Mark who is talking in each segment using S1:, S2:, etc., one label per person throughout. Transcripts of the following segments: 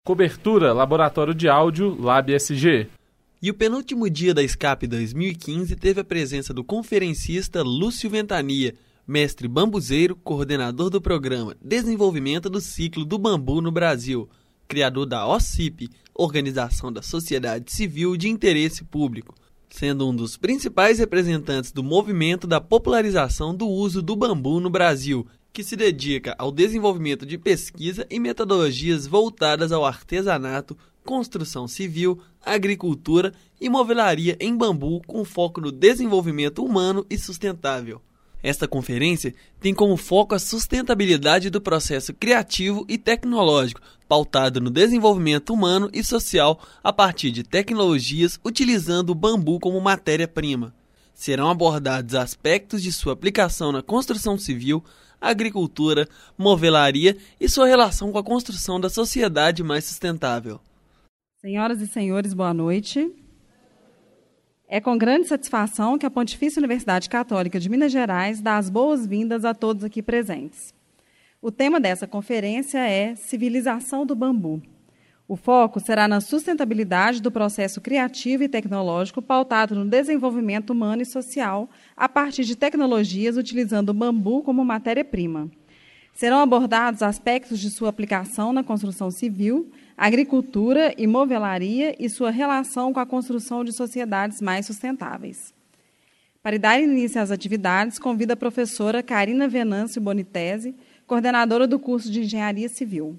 S1: Cobertura Laboratório de Áudio LabSG.
S2: E o penúltimo dia da SCAP 2015 teve a presença do conferencista Lúcio Ventania, mestre bambuzeiro, coordenador do programa Desenvolvimento do Ciclo do Bambu no Brasil, criador da OCIP, Organização da Sociedade Civil de Interesse Público, sendo um dos principais representantes do movimento da popularização do uso do bambu no Brasil, que se dedica ao desenvolvimento de pesquisa e metodologias voltadas ao artesanato, construção civil, agricultura e movelaria em bambu com foco no desenvolvimento humano e sustentável. Esta conferência tem como foco a sustentabilidade do processo criativo e tecnológico, pautado no desenvolvimento humano e social a partir de tecnologias utilizando o bambu como matéria-prima. Serão abordados aspectos de sua aplicação na construção civil, agricultura, movelaria e sua relação com a construção da sociedade mais sustentável.
S3: Senhoras e senhores, boa noite. É com grande satisfação que a Pontifícia Universidade Católica de Minas Gerais dá as boas-vindas a todos aqui presentes. O tema dessa conferência é Civilização do Bambu. O foco será na sustentabilidade do processo criativo e tecnológico pautado no desenvolvimento humano e social a partir de tecnologias utilizando o bambu como matéria-prima. Serão abordados aspectos de sua aplicação na construção civil, agricultura e movelaria e sua relação com a construção de sociedades mais sustentáveis. Para dar início às atividades, convido a professora Carina Venâncio Bonitese, coordenadora do curso de Engenharia Civil.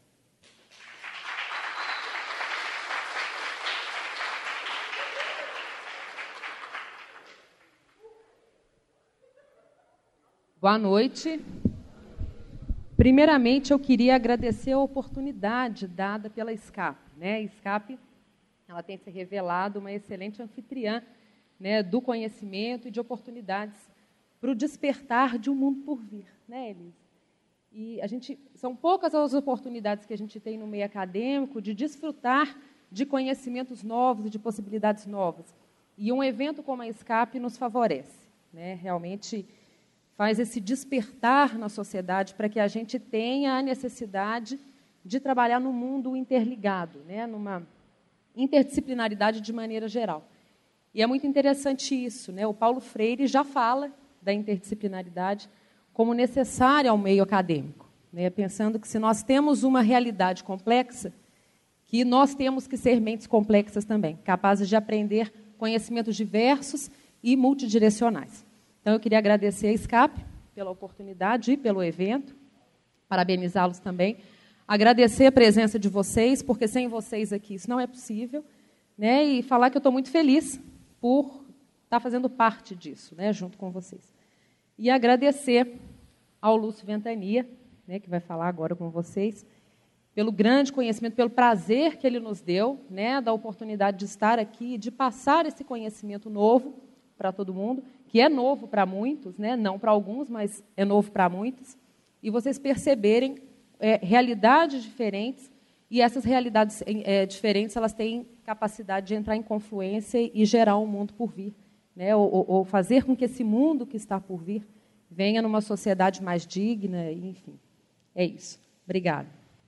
S4: Boa noite. Primeiramente, eu queria agradecer a oportunidade dada pela SCAP. A SCAP ela tem se revelado uma excelente anfitriã, do conhecimento e de oportunidades para o despertar de um mundo por vir, Elise? E são poucas as oportunidades que a gente tem no meio acadêmico de desfrutar de conhecimentos novos e de possibilidades novas. E um evento como a SCAP nos favorece, realmente faz esse despertar na sociedade para que a gente tenha a necessidade de trabalhar no mundo interligado, numa interdisciplinaridade de maneira geral. E é muito interessante isso. O Paulo Freire já fala da interdisciplinaridade como necessária ao meio acadêmico, pensando que se nós temos uma realidade complexa, que nós temos que ser mentes complexas também, capazes de aprender conhecimentos diversos e multidirecionais. Então, eu queria agradecer a SCAP pela oportunidade e pelo evento, parabenizá-los também, agradecer a presença de vocês, porque sem vocês aqui isso não é possível, e falar que eu estou muito feliz por estar fazendo parte disso, junto com vocês. E agradecer ao Lúcio Ventania, que vai falar agora com vocês, pelo grande conhecimento, pelo prazer que ele nos deu, da oportunidade de estar aqui, de passar esse conhecimento novo para todo mundo, que é novo para muitos, não para alguns, mas é novo para muitos, e vocês perceberem realidades diferentes, e essas realidades diferentes elas têm capacidade de entrar em confluência e gerar um mundo por vir, ou fazer com que esse mundo que está por vir venha numa sociedade mais digna, enfim. É isso. Obrigada.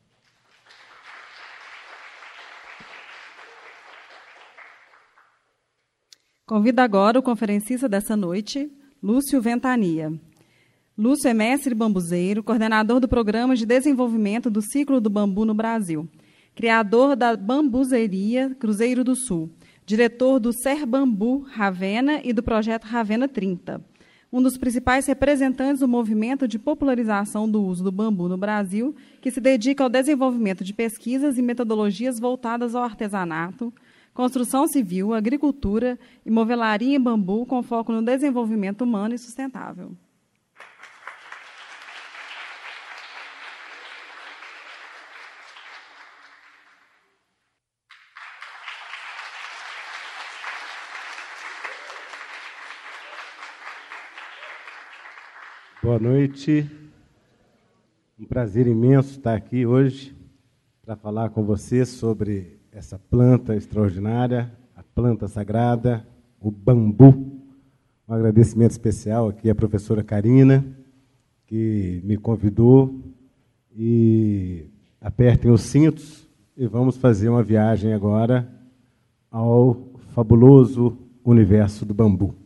S3: Convido agora o conferencista dessa noite, Lúcio Ventania. Lúcio é mestre bambuzeiro, coordenador do Programa de Desenvolvimento do Ciclo do Bambu no Brasil, criador da Bambuzeria Cruzeiro do Sul, diretor do Ser Bambu Ravena e do projeto Ravena 30, um dos principais representantes do movimento de popularização do uso do bambu no Brasil, que se dedica ao desenvolvimento de pesquisas e metodologias voltadas ao artesanato, construção civil, agricultura e movelaria em bambu com foco no desenvolvimento humano e sustentável.
S5: Boa noite. Um prazer imenso estar aqui hoje para falar com você sobre essa planta extraordinária, a planta sagrada, o bambu. Um agradecimento especial aqui à professora Carina, que me convidou, e apertem os cintos, e vamos fazer uma viagem agora ao fabuloso universo do bambu.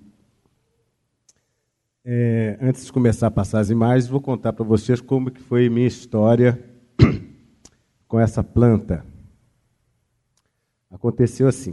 S5: Antes de começar a passar as imagens, vou contar para vocês como que foi minha história com essa planta. Aconteceu assim.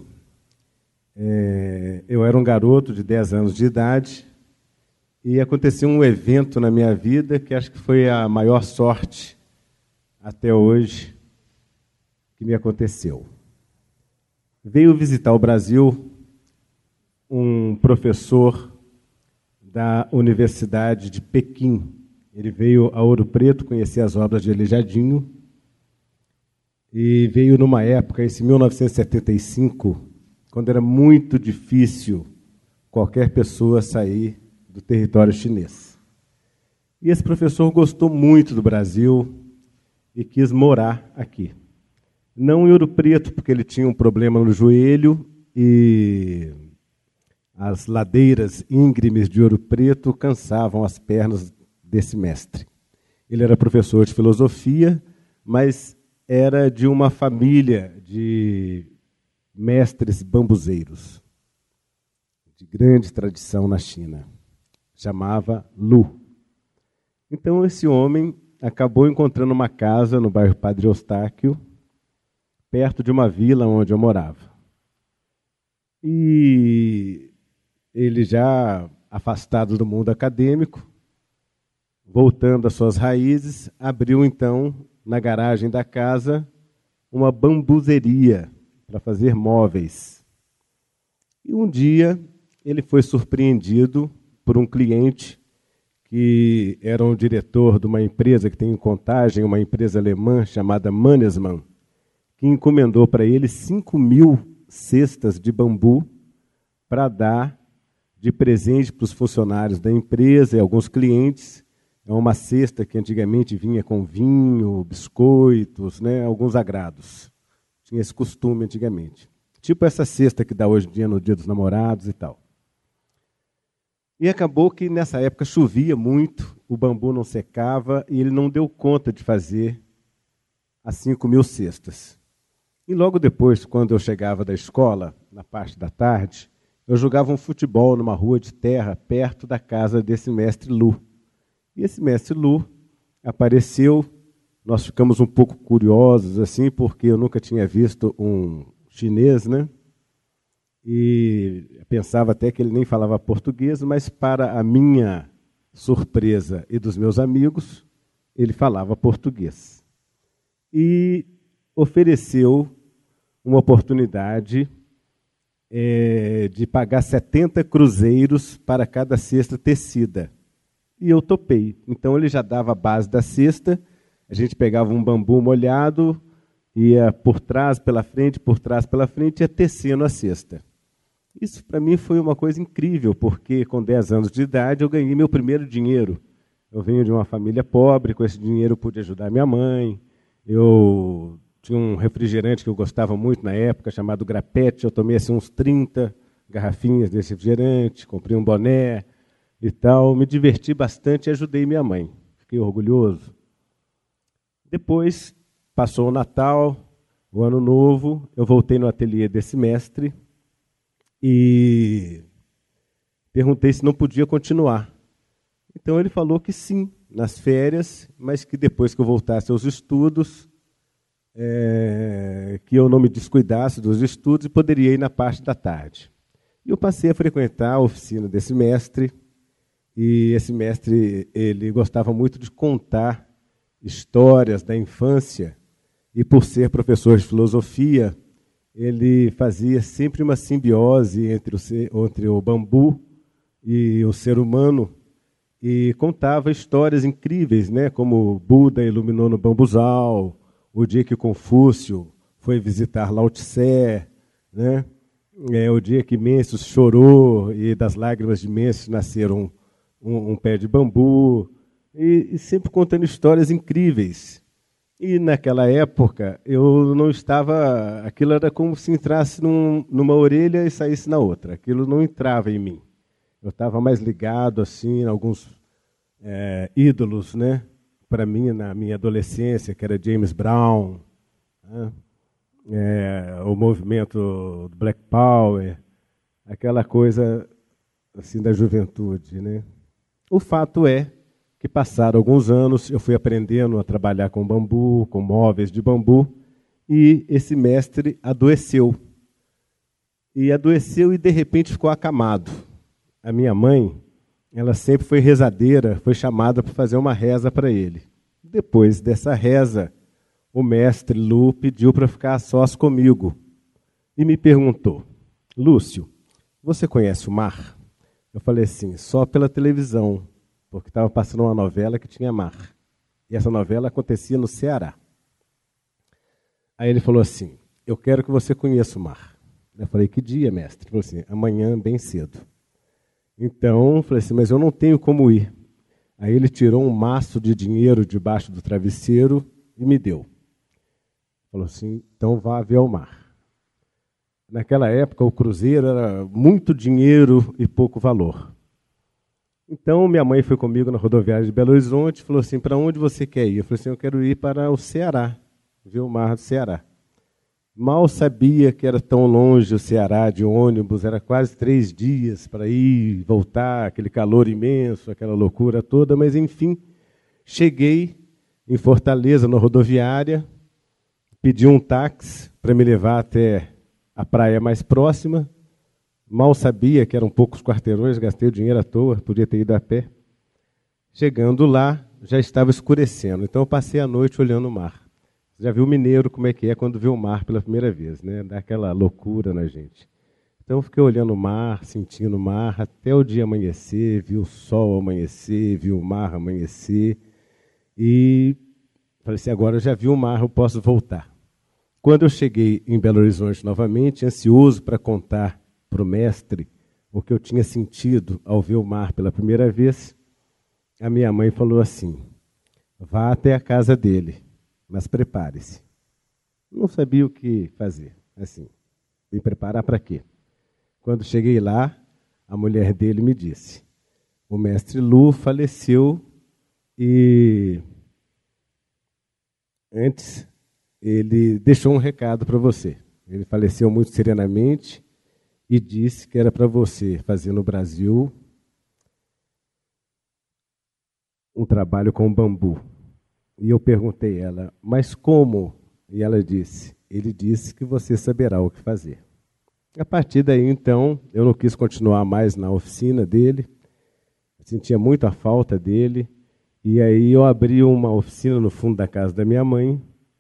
S5: Eu era um garoto de 10 anos de idade e aconteceu um evento na minha vida que acho que foi a maior sorte até hoje que me aconteceu. Veio visitar o Brasil um professor da Universidade de Pequim. Ele veio a Ouro Preto conhecer as obras de Aleijadinho e veio numa época, em 1975, quando era muito difícil qualquer pessoa sair do território chinês. E esse professor gostou muito do Brasil e quis morar aqui. Não em Ouro Preto, porque ele tinha um problema no joelho e as ladeiras íngremes de Ouro Preto cansavam as pernas desse mestre. Ele era professor de filosofia, mas era de uma família de mestres bambuzeiros, de grande tradição na China. Chamava Lu. Então esse homem acabou encontrando uma casa no bairro Padre Eustáquio, perto de uma vila onde eu morava. E ele já afastado do mundo acadêmico, voltando às suas raízes, abriu então, na garagem da casa, uma bambuzeria para fazer móveis. E um dia ele foi surpreendido por um cliente que era um diretor de uma empresa que tem em Contagem, uma empresa alemã chamada Mannesmann, que encomendou para ele 5.000 cestas de bambu para dar de presente para os funcionários da empresa e alguns clientes. É uma cesta que antigamente vinha com vinho, biscoitos, né, alguns agrados. Tinha esse costume antigamente. Tipo essa cesta que dá hoje em dia no Dia dos Namorados e tal. E acabou que nessa época chovia muito, o bambu não secava e ele não deu conta de fazer as 5.000 cestas. E logo depois, quando eu chegava da escola, na parte da tarde, eu jogava um futebol numa rua de terra perto da casa desse mestre Lu. E esse mestre Lu apareceu, nós ficamos um pouco curiosos, assim, porque eu nunca tinha visto um chinês, né? E pensava até que ele nem falava português, mas para a minha surpresa e dos meus amigos, ele falava português. E ofereceu uma oportunidade de pagar 70 cruzeiros para cada cesta tecida. E eu topei. Então ele já dava a base da cesta, a gente pegava um bambu molhado, ia por trás, pela frente, ia tecendo a cesta. Isso para mim foi uma coisa incrível, porque com 10 anos de idade eu ganhei meu primeiro dinheiro. Eu venho de uma família pobre, com esse dinheiro eu pude ajudar minha mãe, eu tinha um refrigerante que eu gostava muito na época, chamado Grapete. Eu tomei assim, uns 30 garrafinhas desse refrigerante, comprei um boné e tal. Me diverti bastante e ajudei minha mãe. Fiquei orgulhoso. Depois, passou o Natal, o Ano Novo, eu voltei no ateliê desse mestre e perguntei se não podia continuar. Então ele falou que sim, nas férias, mas que depois que eu voltasse aos estudos, que eu não me descuidasse dos estudos e poderia ir na parte da tarde. E eu passei a frequentar a oficina desse mestre, e esse mestre ele gostava muito de contar histórias da infância, e por ser professor de filosofia, ele fazia sempre uma simbiose entre o bambu e o ser humano, e contava histórias incríveis, né, como Buda iluminou no bambuzal, o dia que Confúcio foi visitar Lao Tse, né? O dia que Mêncios chorou e das lágrimas de Mêncios nasceram um pé de bambu, e sempre contando histórias incríveis. E naquela época eu não estava, aquilo era como se entrasse numa orelha e saísse na outra, aquilo não entrava em mim. Eu estava mais ligado assim, em alguns ídolos, né? Para mim, na minha adolescência, que era James Brown, né? o movimento do Black Power, aquela coisa assim da juventude, né? O fato é que passaram alguns anos, eu fui aprendendo a trabalhar com bambu, com móveis de bambu, e esse mestre adoeceu. E adoeceu e, de repente, ficou acamado. A minha mãe, ela sempre foi rezadeira, foi chamada para fazer uma reza para ele. Depois dessa reza, o mestre Lu pediu para ficar a sós comigo e me perguntou: Lúcio, você conhece o mar? Eu falei assim, só pela televisão, porque estava passando uma novela que tinha mar. E essa novela acontecia no Ceará. Aí ele falou assim, eu quero que você conheça o mar. Eu falei, que dia, mestre? Ele falou assim, amanhã bem cedo. Então, eu falei assim, mas eu não tenho como ir. Aí ele tirou um maço de dinheiro debaixo do travesseiro e me deu. Falou assim, então vá ver o mar. Naquela época, o cruzeiro era muito dinheiro e pouco valor. Então, minha mãe foi comigo na rodoviária de Belo Horizonte e falou assim, para onde você quer ir? Eu falei assim, eu quero ir para o Ceará, ver o mar do Ceará. Mal sabia que era tão longe o Ceará de ônibus, era quase 3 dias para ir e voltar, aquele calor imenso, aquela loucura toda, mas enfim, cheguei em Fortaleza, na rodoviária, pedi um táxi para me levar até a praia mais próxima, mal sabia que eram poucos quarteirões, gastei o dinheiro à toa, podia ter ido a pé. Chegando lá, já estava escurecendo, então eu passei a noite olhando o mar. Já viu o mineiro como é que é quando vê o mar pela primeira vez, né? Dá aquela loucura na gente. Então eu fiquei olhando o mar, sentindo o mar, até o dia amanhecer, vi o sol amanhecer, vi o mar amanhecer, e falei assim, agora eu já vi o mar, eu posso voltar. Quando eu cheguei em Belo Horizonte novamente, ansioso para contar para o mestre o que eu tinha sentido ao ver o mar pela primeira vez, a minha mãe falou assim, vá até a casa dele, mas prepare-se. Não sabia o que fazer, assim, me preparar para quê? Quando cheguei lá, a mulher dele me disse, o mestre Lu faleceu e antes ele deixou um recado para você. Ele faleceu muito serenamente e disse que era para você fazer no Brasil um trabalho com bambu. E eu perguntei a ela, mas como? E ela disse, ele disse que você saberá o que fazer. A partir daí, então, eu não quis continuar mais na oficina dele, sentia muito a falta dele, e aí eu abri uma oficina no fundo da casa da minha mãe,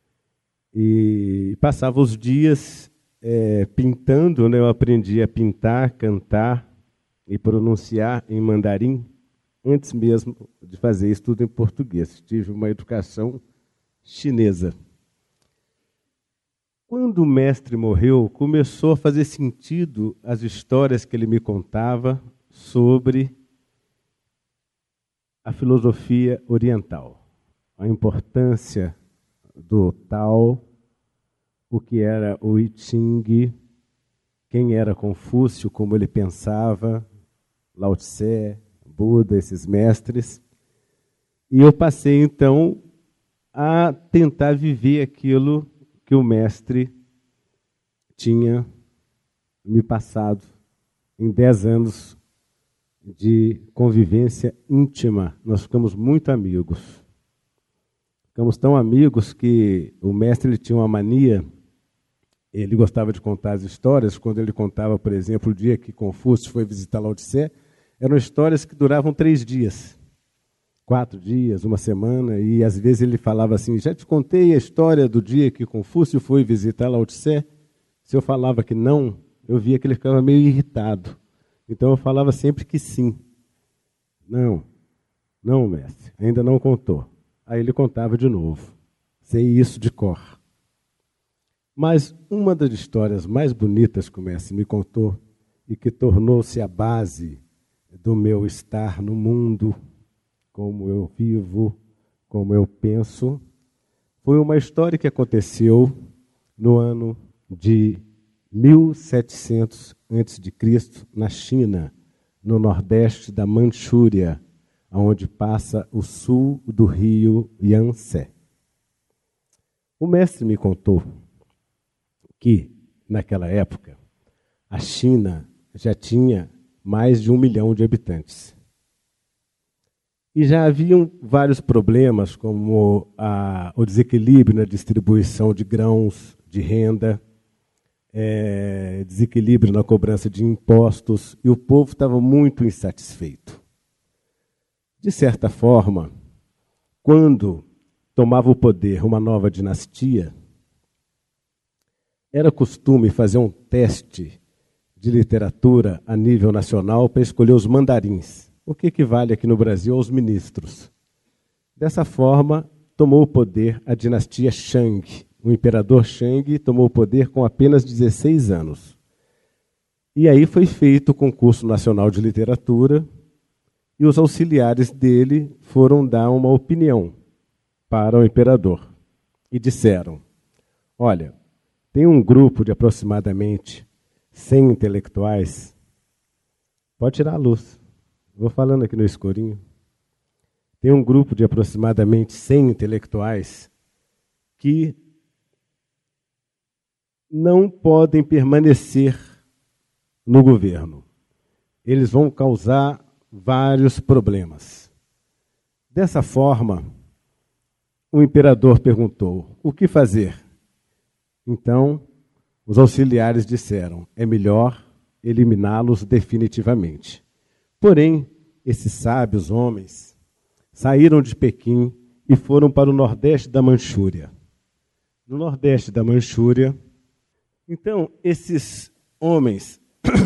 S5: e passava os dias pintando, né? Eu aprendi a pintar, cantar e pronunciar em mandarim, antes mesmo de fazer isso tudo em português. Tive uma educação chinesa. Quando o mestre morreu, começou a fazer sentido as histórias que ele me contava sobre a filosofia oriental, a importância do Tao, o que era o I Ching, quem era Confúcio, como ele pensava, Lao Tse, Buda, esses mestres. E eu passei, então, a tentar viver aquilo que o mestre tinha me passado em 10 anos de convivência íntima. Nós ficamos muito amigos. Ficamos tão amigos que o mestre ele tinha uma mania, ele gostava de contar as histórias. Quando ele contava, por exemplo, o dia que Confúcio foi visitar Lao Tse, eram histórias que duravam 3 dias, 4 dias, uma semana, e às vezes ele falava assim, já te contei a história do dia que Confúcio foi visitar Lao Tse? Se eu falava que não, eu via que ele ficava meio irritado. Então eu falava sempre que sim. Não, mestre, ainda não contou. Aí ele contava de novo. Sei isso de cor. Mas uma das histórias mais bonitas que o mestre me contou e que tornou-se a base do meu estar no mundo, como eu vivo, como eu penso, foi uma história que aconteceu no ano de 1700 a.C., na China, no nordeste da Manchúria, onde passa o sul do rio Yangtze. O mestre me contou que, naquela época, a China já tinha mais de 1 milhão de habitantes. E já haviam vários problemas, como o desequilíbrio na distribuição de grãos, de renda, desequilíbrio na cobrança de impostos, e o povo estava muito insatisfeito. De certa forma, quando tomava o poder uma nova dinastia, era costume fazer um teste de literatura a nível nacional para escolher os mandarins, o que equivale aqui no Brasil aos ministros. Dessa forma, tomou o poder a dinastia Shang. O imperador Shang tomou o poder com apenas 16 anos. E aí foi feito o concurso nacional de literatura e os auxiliares dele foram dar uma opinião para o imperador. E disseram, olha, tem um grupo de aproximadamente 100 intelectuais, pode tirar a luz, vou falando aqui no escurinho. Tem um grupo de aproximadamente 100 intelectuais que não podem permanecer no governo. Eles vão causar vários problemas. Dessa forma, o imperador perguntou, o que fazer? Então, os auxiliares disseram, é melhor eliminá-los definitivamente. Porém, esses sábios homens saíram de Pequim e foram para o nordeste da Manchúria. No nordeste da Manchúria, então, esses homens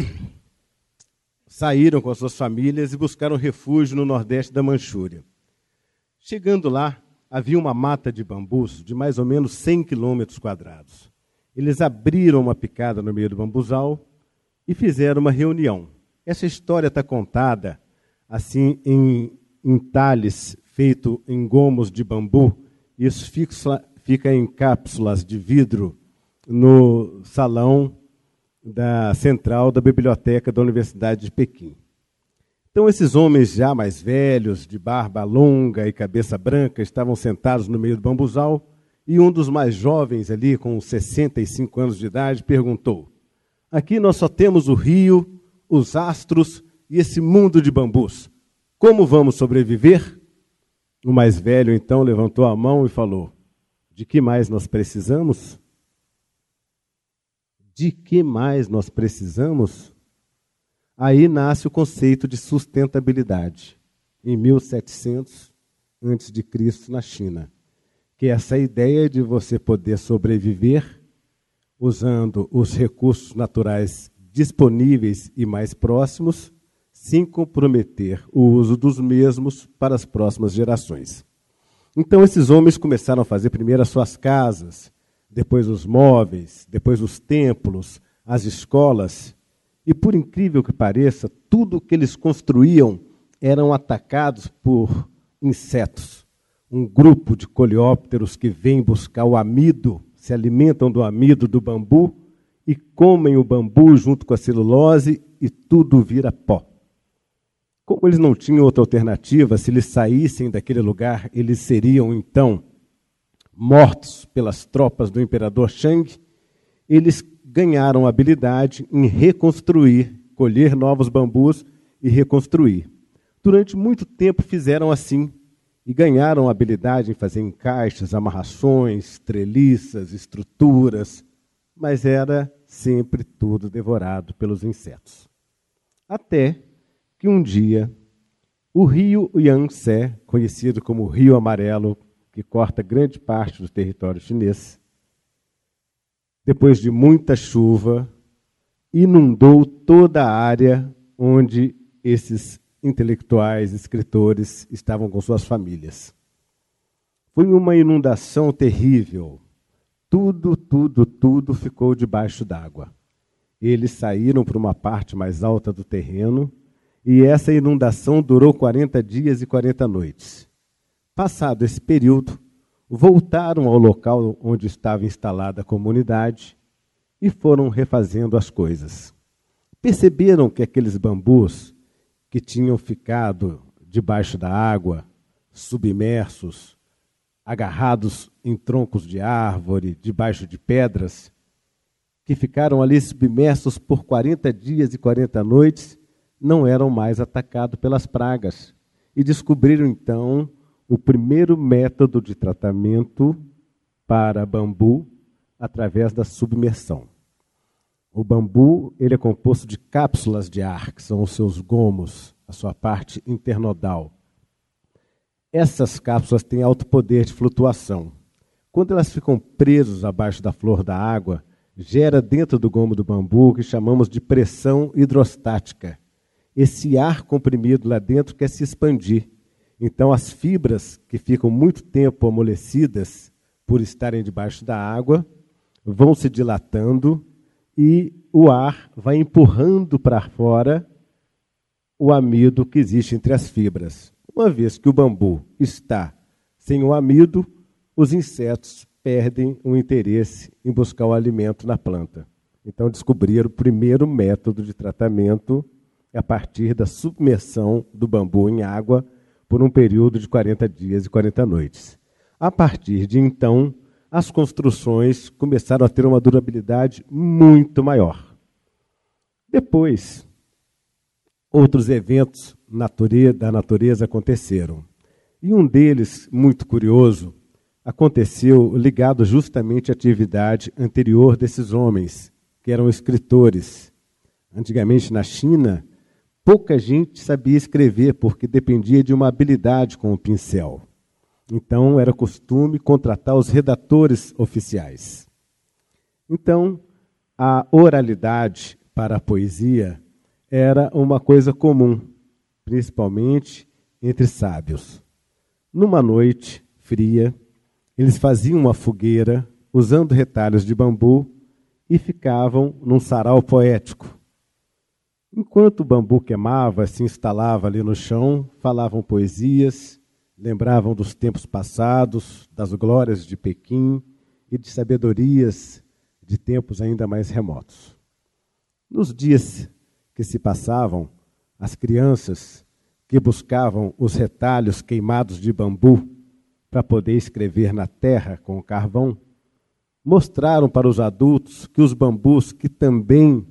S5: saíram com as suas famílias e buscaram refúgio no nordeste da Manchúria. Chegando lá, havia uma mata de bambus de mais ou menos 100 quilômetros quadrados. Eles abriram uma picada no meio do bambuzal e fizeram uma reunião. Essa história está contada assim em talhes feito em gomos de bambu. Isso fica em cápsulas de vidro no salão da central da biblioteca da Universidade de Pequim. Então, esses homens já mais velhos, de barba longa e cabeça branca, estavam sentados no meio do bambuzal, e um dos mais jovens ali, com 65 anos de idade, perguntou, aqui nós só temos o rio, os astros e esse mundo de bambus. Como vamos sobreviver? O mais velho, então, levantou a mão e falou, de que mais nós precisamos? De que mais nós precisamos? Aí nasce o conceito de sustentabilidade, em 1700 a.C., na China, que é essa ideia de você poder sobreviver usando os recursos naturais disponíveis e mais próximos, sem comprometer o uso dos mesmos para as próximas gerações. Então, esses homens começaram a fazer primeiro as suas casas, depois os móveis, depois os templos, as escolas. E, por incrível que pareça, tudo o que eles construíam eram atacados por insetos. Um grupo de coleópteros que vem buscar o amido, se alimentam do amido do bambu e comem o bambu junto com a celulose e tudo vira pó. Como eles não tinham outra alternativa, se eles saíssem daquele lugar, eles seriam, então, mortos pelas tropas do imperador Shang, eles ganharam habilidade em reconstruir, colher novos bambus e reconstruir. Durante muito tempo fizeram assim e ganharam habilidade em fazer encaixes, amarrações, treliças, estruturas, mas era sempre tudo devorado pelos insetos. Até que um dia o rio Yangtze, conhecido como Rio Amarelo, que corta grande parte do território chinês, depois de muita chuva, inundou toda a área onde esses intelectuais, escritores estavam com suas famílias. Foi uma inundação terrível. Tudo ficou debaixo d'água. Eles saíram para uma parte mais alta do terreno e essa inundação durou 40 dias e 40 noites. Passado esse período, voltaram ao local onde estava instalada a comunidade e foram refazendo as coisas. Perceberam que aqueles bambus que tinham ficado debaixo da água, submersos, agarrados em troncos de árvore, debaixo de pedras, que ficaram ali submersos por 40 dias e 40 noites, não eram mais atacados pelas pragas. E descobriram, então, o primeiro método de tratamento para bambu através da submersão. O bambu ele é composto de cápsulas de ar, que são os seus gomos, a sua parte internodal. Essas cápsulas têm alto poder de flutuação. Quando elas ficam presas abaixo da flor da água, gera dentro do gomo do bambu o que chamamos de pressão hidrostática. Esse ar comprimido lá dentro quer se expandir. Então as fibras que ficam muito tempo amolecidas por estarem debaixo da água vão se dilatando e o ar vai empurrando para fora o amido que existe entre as fibras. Uma vez que o bambu está sem o amido, os insetos perdem o interesse em buscar o alimento na planta. Então descobriram o primeiro método de tratamento a partir da submersão do bambu em água por um período de 40 dias e 40 noites. A partir de então, as construções começaram a ter uma durabilidade muito maior. Depois, outros eventos da natureza aconteceram. E um deles, muito curioso, aconteceu ligado justamente à atividade anterior desses homens, que eram escritores. Antigamente, na China, pouca gente sabia escrever porque dependia de uma habilidade com o pincel. Então, era costume contratar os redatores oficiais. Então, a oralidade para a poesia era uma coisa comum, principalmente entre sábios. Numa noite fria, eles faziam uma fogueira usando retalhos de bambu e ficavam num sarau poético. Enquanto o bambu queimava, se instalava ali no chão, falavam poesias, lembravam dos tempos passados, das glórias de Pequim e de sabedorias de tempos ainda mais remotos. Nos dias que se passavam, as crianças que buscavam os retalhos queimados de bambu para poder escrever na terra com o carvão, mostraram para os adultos que os bambus que também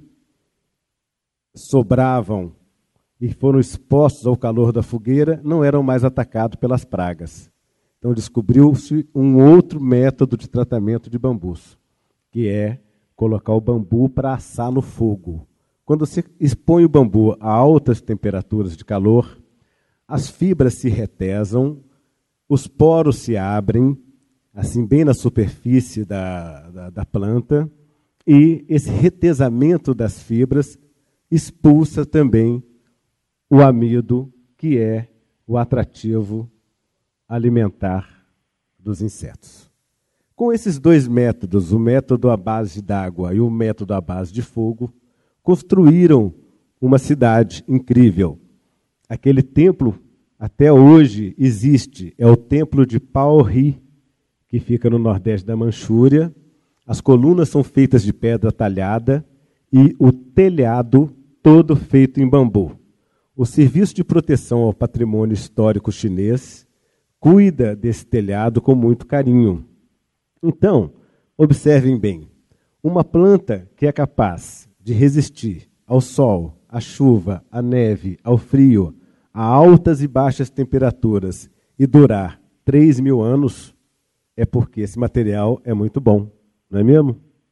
S5: sobravam e foram expostos ao calor da fogueira não eram mais atacados pelas pragas. Então descobriu-se um outro método de tratamento de bambus, que é colocar o bambu para assar no fogo. Quando você expõe o bambu a altas temperaturas de calor, as fibras se retesam, os poros se abrem, assim bem na superfície da planta, e esse retesamento das fibras expulsa também o amido, que é o atrativo alimentar dos insetos. Com esses dois métodos, o método à base d'água e o método à base de fogo, construíram uma cidade incrível. Aquele templo até hoje existe, é o templo de Paori, que fica no nordeste da Manchúria. As colunas são feitas de pedra talhada e o telhado todo feito em bambu. O Serviço de Proteção ao Patrimônio Histórico Chinês cuida desse telhado com muito carinho. Então, observem bem, uma planta que é capaz de resistir ao sol, à chuva, à neve, ao frio, a altas e baixas temperaturas e durar 3.000 anos, é porque esse material é muito bom, não é mesmo?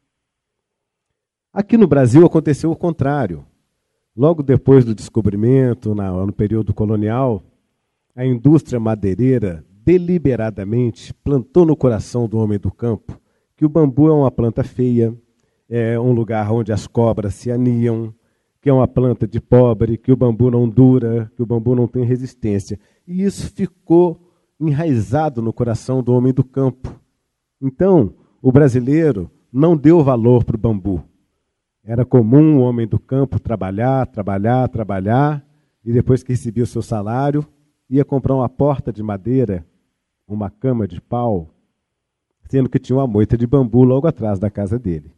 S5: Aqui no Brasil aconteceu o contrário. Logo depois do descobrimento, no período colonial, a indústria madeireira deliberadamente plantou no coração do homem do campo que o bambu é uma planta feia, é um lugar onde as cobras se aniam, que é uma planta de pobre, que o bambu não dura, que o bambu não tem resistência. E isso ficou enraizado no coração do homem do campo. Então, o brasileiro não deu valor para o bambu. Era comum o homem do campo trabalhar, e depois que recebia o seu salário, ia comprar uma porta de madeira, uma cama de pau, sendo que tinha uma moita de bambu logo atrás da casa dele.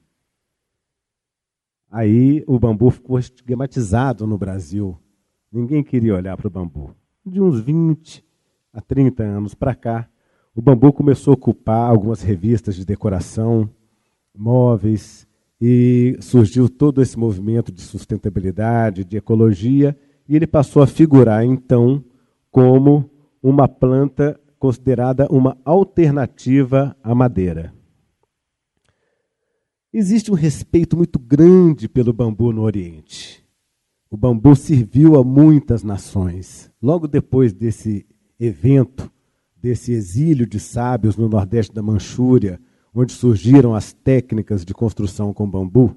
S5: Aí o bambu ficou estigmatizado no Brasil. Ninguém queria olhar para o bambu. De uns 20 a 30 anos para cá, o bambu começou a ocupar algumas revistas de decoração, móveis, e surgiu todo esse movimento de sustentabilidade, de ecologia, e ele passou a figurar, então, como uma planta considerada uma alternativa à madeira. Existe um respeito muito grande pelo bambu no Oriente. O bambu serviu a muitas nações. Logo depois desse evento, desse exílio de sábios no Nordeste da Manchúria, onde surgiram as técnicas de construção com bambu,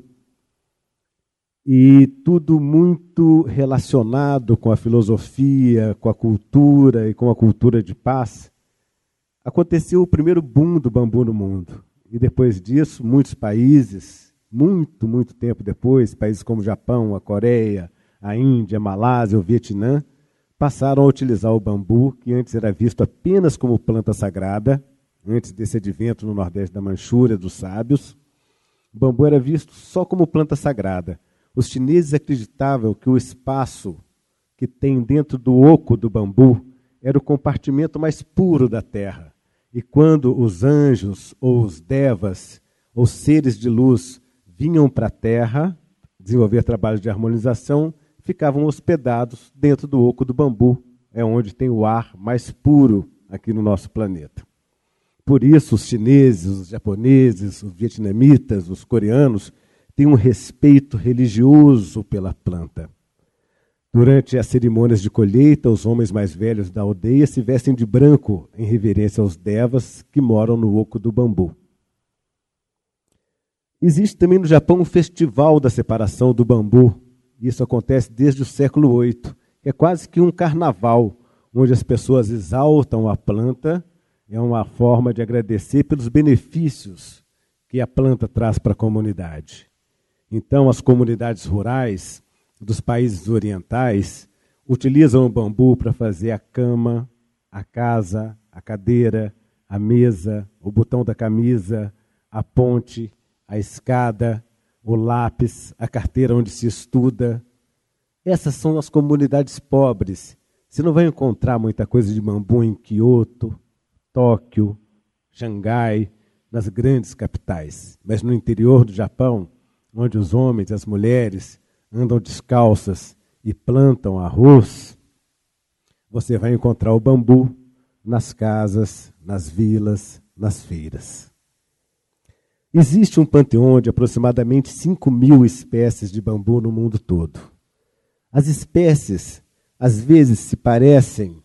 S5: e tudo muito relacionado com a filosofia, com a cultura e com a cultura de paz, aconteceu o primeiro boom do bambu no mundo. E depois disso, muitos países, muito tempo depois, países como o Japão, a Coreia, a Índia, a Malásia, o Vietnã, passaram a utilizar o bambu, que antes era visto apenas como planta sagrada, antes desse advento no Nordeste da Manchúria, dos sábios. O bambu era visto só como planta sagrada. Os chineses acreditavam que o espaço que tem dentro do oco do bambu era o compartimento mais puro da terra. E quando os anjos, ou os devas, ou seres de luz, vinham para a terra desenvolver trabalhos de harmonização, ficavam hospedados dentro do oco do bambu, é onde tem o ar mais puro aqui no nosso planeta. Por isso, os chineses, os japoneses, os vietnamitas, os coreanos têm um respeito religioso pela planta. Durante as cerimônias de colheita, os homens mais velhos da aldeia se vestem de branco em reverência aos devas que moram no oco do bambu. Existe também no Japão um festival da separação do bambu. Isso acontece desde o século VIII, que é quase que um carnaval, onde as pessoas exaltam a planta. É uma forma de agradecer pelos benefícios que a planta traz para a comunidade. Então, as comunidades rurais dos países orientais utilizam o bambu para fazer a cama, a casa, a cadeira, a mesa, o botão da camisa, a ponte, a escada, o lápis, a carteira onde se estuda. Essas são as comunidades pobres. Você não vai encontrar muita coisa de bambu em Kyoto, Tóquio, Xangai, nas grandes capitais. Mas no interior do Japão, onde os homens e as mulheres andam descalças e plantam arroz, você vai encontrar o bambu nas casas, nas vilas, nas feiras. Existe um panteão de aproximadamente 5.000 espécies de bambu no mundo todo. As espécies, às vezes, se parecem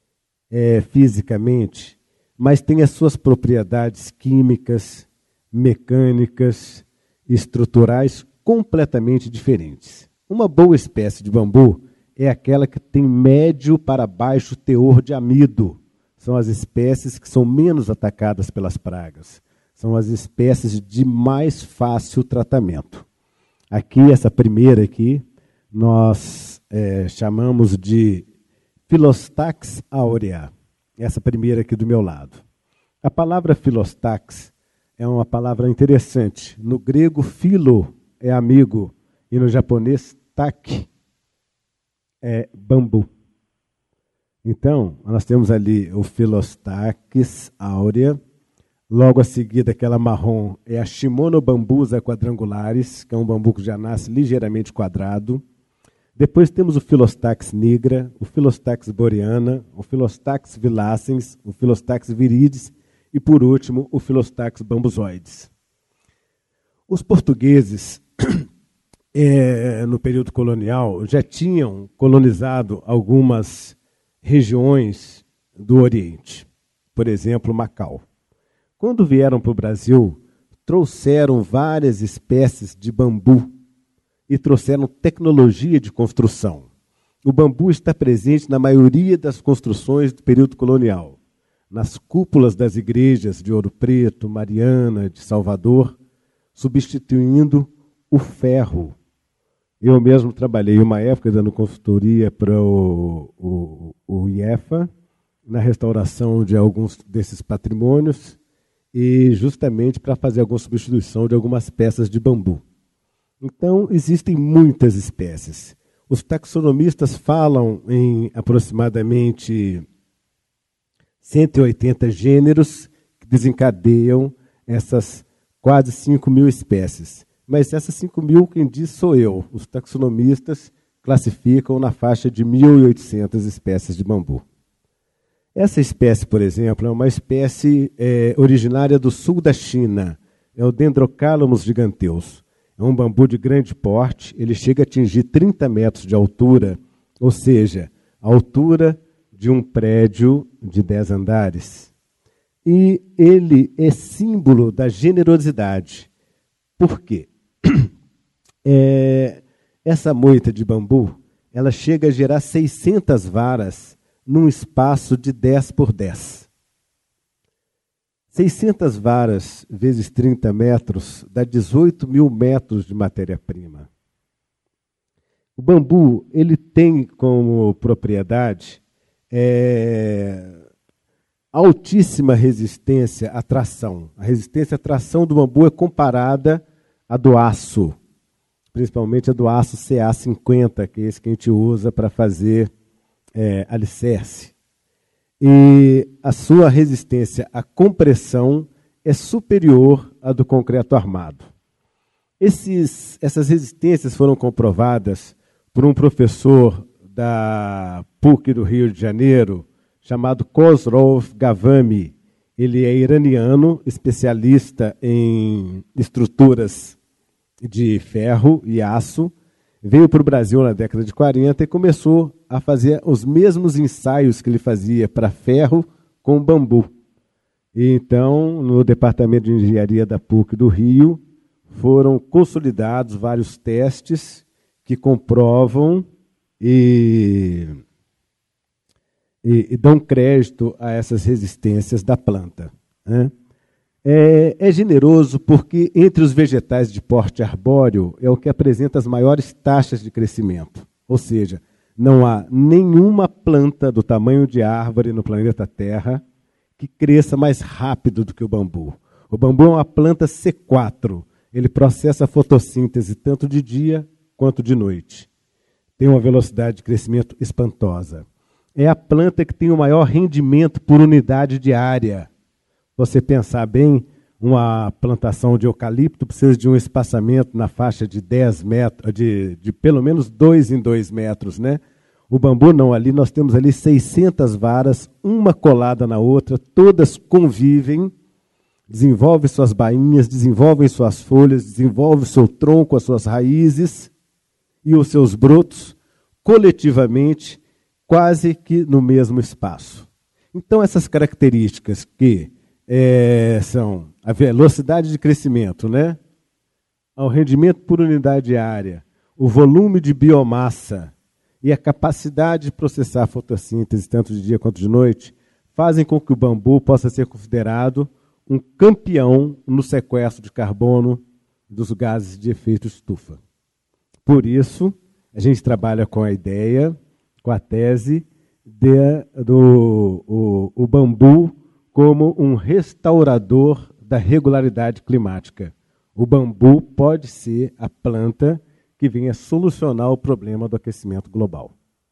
S5: fisicamente, mas têm as suas propriedades químicas, mecânicas e estruturais completamente diferentes. Uma boa espécie de bambu é aquela que tem médio para baixo teor de amido. São as espécies que são menos atacadas pelas pragas. São as espécies de mais fácil tratamento. Aqui, essa primeira aqui, nós chamamos de Philostax aurea. Essa primeira aqui do meu lado. A palavra Philostax é uma palavra interessante. No grego, philo é amigo, e no japonês, tak é bambu. Então, nós temos ali o Philostax aurea. Logo a seguir, aquela marrom, é a Shimonobambusa quadrangularis, que é um bambu que já nasce ligeiramente quadrado. Depois temos o Philostax nigra, o Philostax boreana, o Philostax vilacens, o Philostax viridis e, por último, o Philostax bambusoides. Os portugueses, no período colonial, já tinham colonizado algumas regiões do Oriente. Por exemplo, Macau. Quando vieram para o Brasil, trouxeram várias espécies de bambu e trouxeram tecnologia de construção. O bambu está presente na maioria das construções do período colonial. Nas cúpulas das igrejas de Ouro Preto, Mariana, de Salvador, substituindo o ferro. Eu mesmo trabalhei uma época dando consultoria para o IEFA, na restauração de alguns desses patrimônios, e justamente para fazer alguma substituição de algumas peças de bambu. Então, existem muitas espécies. Os taxonomistas falam em aproximadamente 180 gêneros que desencadeiam essas quase 5.000 espécies. mas essas 5.000, quem diz sou eu. Os taxonomistas classificam na faixa de 1.800 espécies de bambu. Essa espécie, por exemplo, é uma espécie originária do sul da China. É o Dendrocalamus giganteus. É um bambu de grande porte, ele chega a atingir 30 metros de altura, ou seja, a altura de um prédio de 10 andares. E ele é símbolo da generosidade. Por quê? Essa moita de bambu, ela chega a gerar 600 varas num espaço de 10 por 10. 600 varas vezes 30 metros dá 18.000 metros de matéria-prima. O bambu, ele tem como propriedade altíssima resistência à tração. A resistência à tração do bambu é comparada à do aço, principalmente a do aço CA50, que é esse que a gente usa para fazer alicerce. E a sua resistência à compressão é superior à do concreto armado. Essas resistências foram comprovadas por um professor da PUC do Rio de Janeiro, chamado Khosrow Ghavami. Ele é iraniano, especialista em estruturas de ferro e aço, veio para o Brasil na década de 40 e começou a fazer os mesmos ensaios que ele fazia para ferro com bambu. E então, no Departamento de Engenharia da PUC do Rio, foram consolidados vários testes que comprovam e dão crédito a essas resistências da planta, né? É generoso porque, entre os vegetais de porte arbóreo, é o que apresenta as maiores taxas de crescimento. Ou seja, não há nenhuma planta do tamanho de árvore no planeta Terra que cresça mais rápido do que o bambu. O bambu é uma planta C4. Ele processa a fotossíntese tanto de dia quanto de noite. Tem uma velocidade de crescimento espantosa. É a planta que tem o maior rendimento por unidade de área. Você pensar bem, uma plantação de eucalipto precisa de um espaçamento na faixa de 10 metros, de pelo menos 2 em 2 metros, né? O bambu não, ali nós temos ali 600 varas, uma colada na outra, todas convivem, desenvolvem suas bainhas, desenvolvem suas folhas, desenvolvem o seu tronco, as suas raízes e os seus brotos, coletivamente, quase que no mesmo espaço. Então, essas características que são a velocidade de crescimento, né? O rendimento por unidade de área, o volume de biomassa e a capacidade de processar a fotossíntese tanto de dia quanto de noite, fazem com que o bambu possa ser considerado um campeão no sequestro de carbono dos gases de efeito estufa. Por isso, a gente trabalha com a ideia, com a tese do bambu como um restaurador da regularidade climática. O bambu pode ser a planta que venha solucionar o problema do aquecimento global.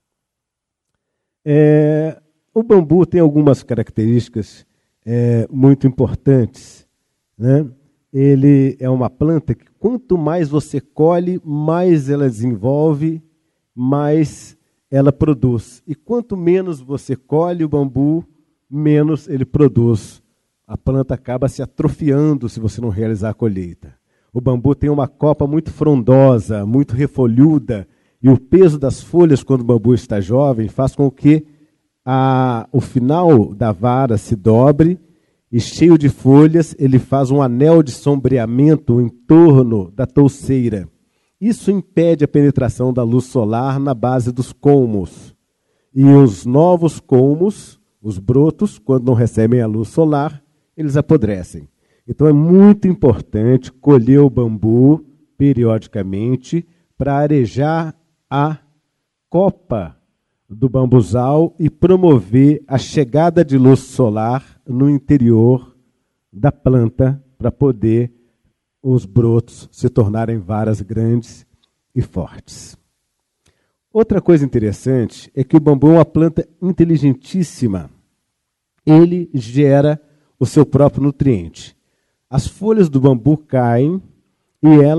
S5: O bambu tem algumas características muito importantes, né? Ele é uma planta que quanto mais você colhe, mais ela desenvolve, mais ela produz. E quanto menos você colhe o bambu, menos ele produz. A planta acaba se atrofiando se você não realizar a colheita. O bambu tem uma copa muito frondosa, muito refolhuda, e o peso das folhas, quando o bambu está jovem, faz com que o final da vara se dobre, e cheio de folhas, ele faz um anel de sombreamento em torno da touceira. Isso impede a penetração da luz solar na base dos colmos. E os novos colmos, os brotos, quando não recebem a luz solar, eles apodrecem. Então é muito importante colher o bambu periodicamente para arejar a copa do bambuzal e promover a chegada de luz solar no interior da planta para poder os brotos se tornarem varas grandes e fortes. Outra coisa interessante é que o bambu é uma planta inteligentíssima. Ele gera o seu próprio nutriente. As folhas do bambu caem e elas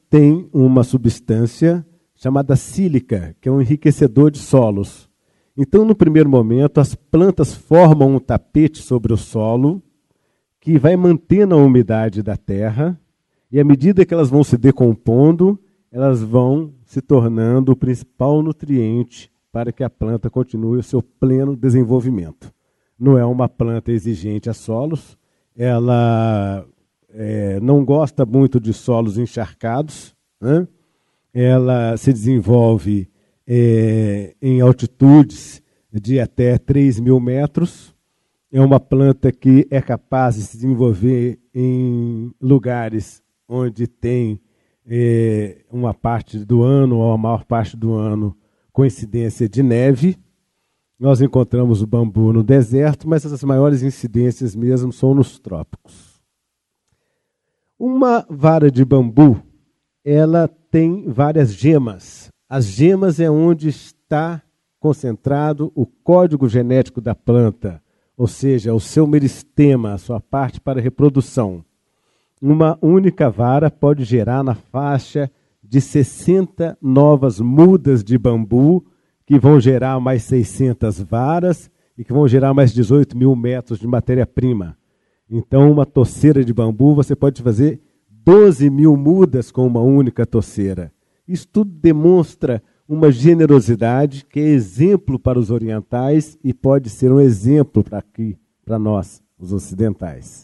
S5: têm uma substância chamada sílica, que é um enriquecedor de solos. Então, no primeiro momento, as plantas formam um tapete sobre o solo que vai mantendo a umidade da terra, e à medida que elas vão se decompondo, elas vão se tornando o principal nutriente para que a planta continue o seu pleno desenvolvimento. Não é uma planta exigente a solos, ela não gosta muito de solos encharcados, né? Ela se desenvolve em altitudes de até 3.000 metros. É uma planta que é capaz de se desenvolver em lugares onde tem uma parte do ano, ou a maior parte do ano, coincidência de neve. Nós encontramos o bambu no deserto, mas as maiores incidências mesmo são nos trópicos. Uma vara de bambu, ela tem várias gemas. As gemas é onde está concentrado o código genético da planta, ou seja, o seu meristema, a sua parte para reprodução. Uma única vara pode gerar na faixa de 60 novas mudas de bambu, que vão gerar mais 600 varas e que vão gerar mais 18.000 metros de matéria-prima. Então, uma toceira de bambu, você pode fazer 12.000 mudas com uma única toceira. Isso tudo demonstra uma generosidade que é exemplo para os orientais e pode ser um exemplo para nós, os ocidentais.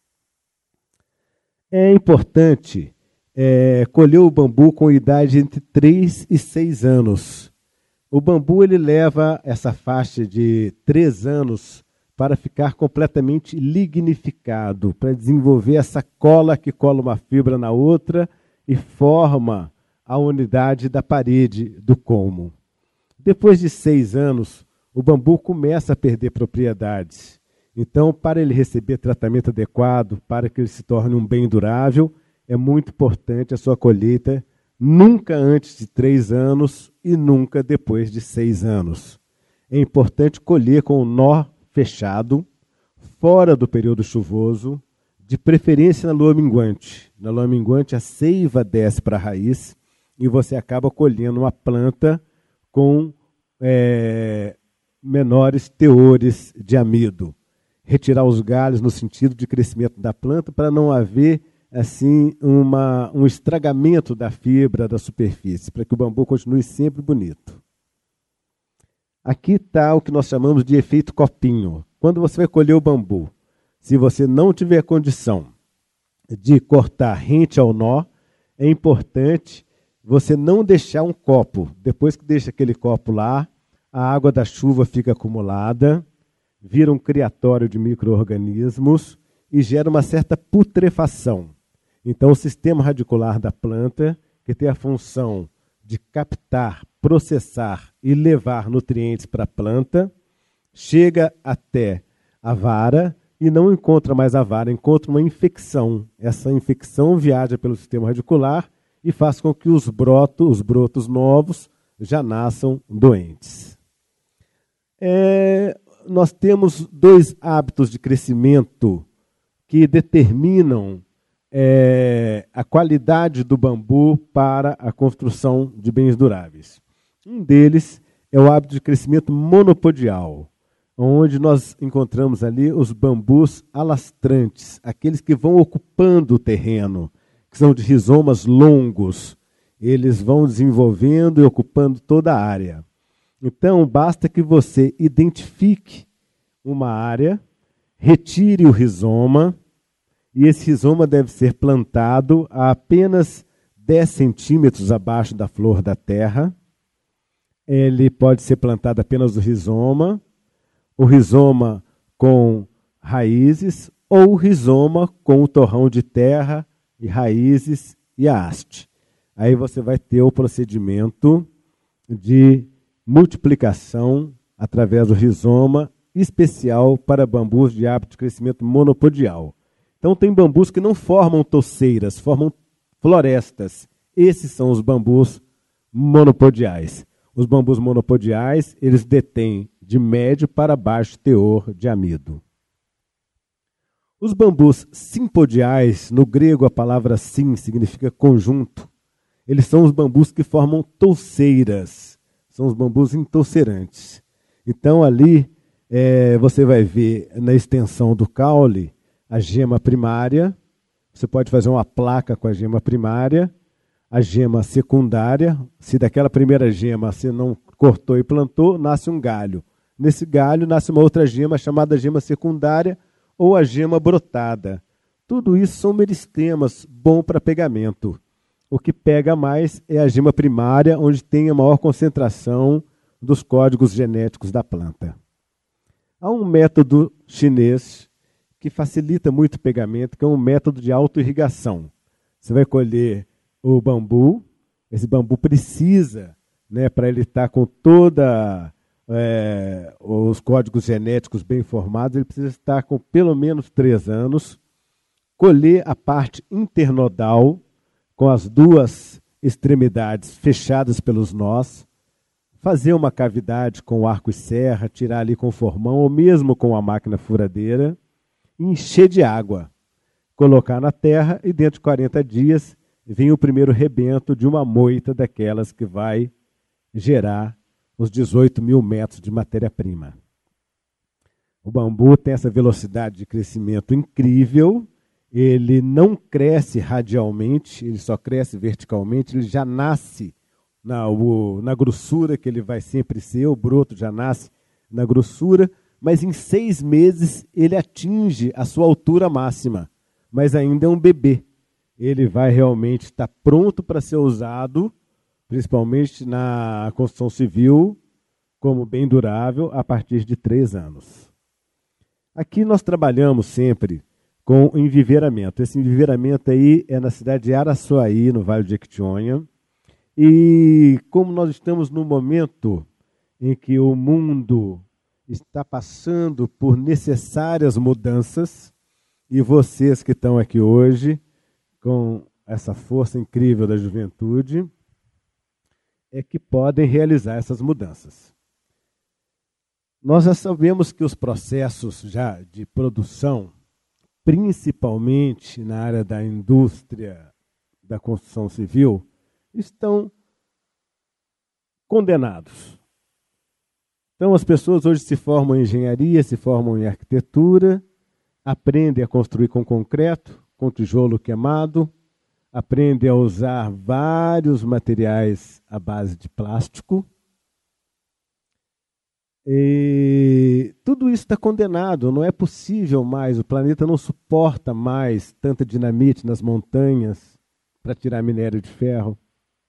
S5: É importante colher o bambu com idade entre 3 e 6 anos. O bambu ele leva essa faixa de 3 anos para ficar completamente lignificado, para desenvolver essa cola que cola uma fibra na outra e forma a unidade da parede do colmo. Depois de 6 anos, o bambu começa a perder propriedades. Então, para ele receber tratamento adequado, para que ele se torne um bem durável, é muito importante a sua colheita nunca antes de 3 anos e nunca depois de 6 anos. É importante colher com o nó fechado, fora do período chuvoso, de preferência na lua minguante. Na lua minguante, a seiva desce para a raiz e você acaba colhendo uma planta com menores teores de amido. Retirar os galhos no sentido de crescimento da planta para não haver assim um estragamento da fibra da superfície, para que o bambu continue sempre bonito. Aqui está o que nós chamamos de efeito copinho. Quando você vai colher o bambu, se você não tiver condição de cortar rente ao nó, é importante você não deixar um copo. Depois que deixa aquele copo lá, a água da chuva fica acumulada, vira um criatório de micro-organismos e gera uma certa putrefação. Então, o sistema radicular da planta, que tem a função de captar, processar e levar nutrientes para a planta, chega até a vara e não encontra mais a vara, encontra uma infecção. Essa infecção viaja pelo sistema radicular e faz com que os brotos novos já nasçam doentes. Nós temos 2 hábitos de crescimento que determinam a qualidade do bambu para a construção de bens duráveis. Um deles é o hábito de crescimento monopodial, onde nós encontramos ali os bambus alastrantes, aqueles que vão ocupando o terreno, que são de rizomas longos. Eles vão desenvolvendo e ocupando toda a área. Então, basta que você identifique uma área, retire o rizoma, e esse rizoma deve ser plantado a apenas 10 centímetros abaixo da flor da terra. Ele pode ser plantado apenas o rizoma com raízes, ou o rizoma com o torrão de terra e raízes e a haste. Aí você vai ter o procedimento de multiplicação através do rizoma, especial para bambus de hábito de crescimento monopodial. Então, tem bambus que não formam toceiras, formam florestas. Esses são os bambus monopodiais. Os bambus monopodiais, eles detêm de médio para baixo teor de amido. Os bambus simpodiais, no grego a palavra sim significa conjunto. eles são os bambus que formam touceiras, são os bambus entoucerantes. Então ali você vai ver na extensão do caule a gema primária, você pode fazer uma placa com a gema primária, a gema secundária, se daquela primeira gema você não cortou e plantou, nasce um galho. Nesse galho nasce uma outra gema chamada gema secundária ou a gema brotada. Tudo isso são meristemas, bom para pegamento. O que pega mais é a gema primária, onde tem a maior concentração dos códigos genéticos da planta. Há um método chinês que facilita muito o pegamento, que é um método de autoirrigação. Você vai colher o bambu, esse bambu precisa, para ele estar com toda os códigos genéticos bem formados, ele precisa estar com pelo menos 3 anos, colher a parte internodal, com as 2 extremidades fechadas pelos nós, fazer uma cavidade com arco e serra, tirar ali com formão, ou mesmo com a máquina furadeira, e encher de água, colocar na terra e dentro de 40 dias vem o primeiro rebento de uma moita daquelas que vai gerar os 18 mil metros de matéria-prima. O bambu tem essa velocidade de crescimento incrível, ele não cresce radialmente, ele só cresce verticalmente, ele já nasce na grossura que ele vai sempre ser, o broto já nasce na grossura, mas em 6 meses ele atinge a sua altura máxima, mas ainda é um bebê. Ele vai realmente estar pronto para ser usado, principalmente na construção civil, como bem durável, a partir de 3 anos. Aqui nós trabalhamos sempre com enviveiramento. Esse enviveiramento aí é na cidade de Araçuaí, no Vale de Jequitinhonha. E como nós estamos num momento em que o mundo está passando por necessárias mudanças, e vocês que estão aqui hoje, com essa força incrível da juventude, é que podem realizar essas mudanças. Nós já sabemos que os processos já de produção, principalmente na área da indústria da construção civil, estão condenados. Então as pessoas hoje se formam em engenharia, se formam em arquitetura, aprendem a construir com concreto, com tijolo queimado, aprendem a usar vários materiais à base de plástico. E tudo isso está condenado, não é possível mais, o planeta não suporta mais tanta dinamite nas montanhas para tirar minério de ferro,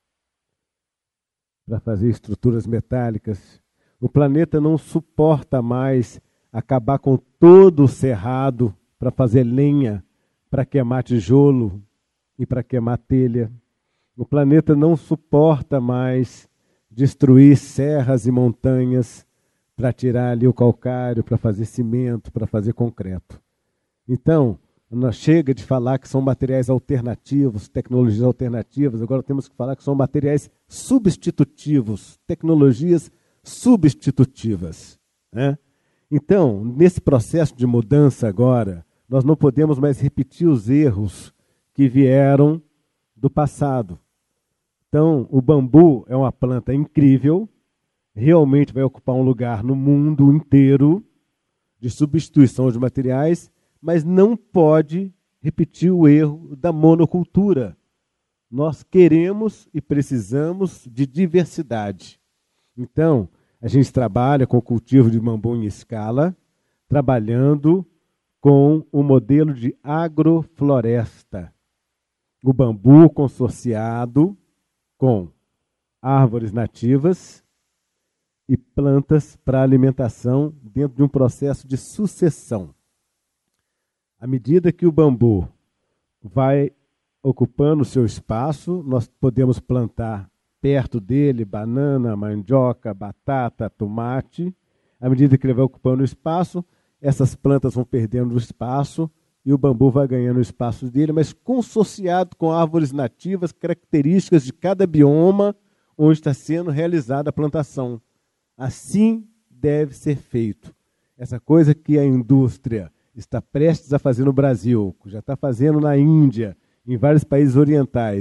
S5: para fazer estruturas metálicas. O planeta não suporta mais acabar com todo o cerrado para fazer lenha, para queimar tijolo e para queimar telha. O planeta não suporta mais destruir serras e montanhas para tirar ali o calcário, para fazer cimento, para fazer concreto. Então, não chega de falar que são materiais alternativos, tecnologias alternativas, agora temos que falar que são materiais substitutivos, tecnologias substitutivas, né? Então, nesse processo de mudança agora, nós não podemos mais repetir os erros que vieram do passado. Então, o bambu é uma planta incrível, realmente vai ocupar um lugar no mundo inteiro de substituição de materiais, mas não pode repetir o erro da monocultura. Nós queremos e precisamos de diversidade. Então, a gente trabalha com o cultivo de bambu em escala, trabalhando com o modelo de agrofloresta. O bambu consorciado com árvores nativas e plantas para alimentação dentro de um processo de sucessão. À medida que o bambu vai ocupando o seu espaço, nós podemos plantar perto dele banana, mandioca, batata, tomate. À medida que ele vai ocupando o espaço, essas plantas vão perdendo o espaço e o bambu vai ganhando o espaço dele, mas consorciado com árvores nativas, características de cada bioma onde está sendo realizada a plantação. Assim deve ser feito. Essa coisa que a indústria está prestes a fazer no Brasil, já está fazendo na Índia, em vários países orientais,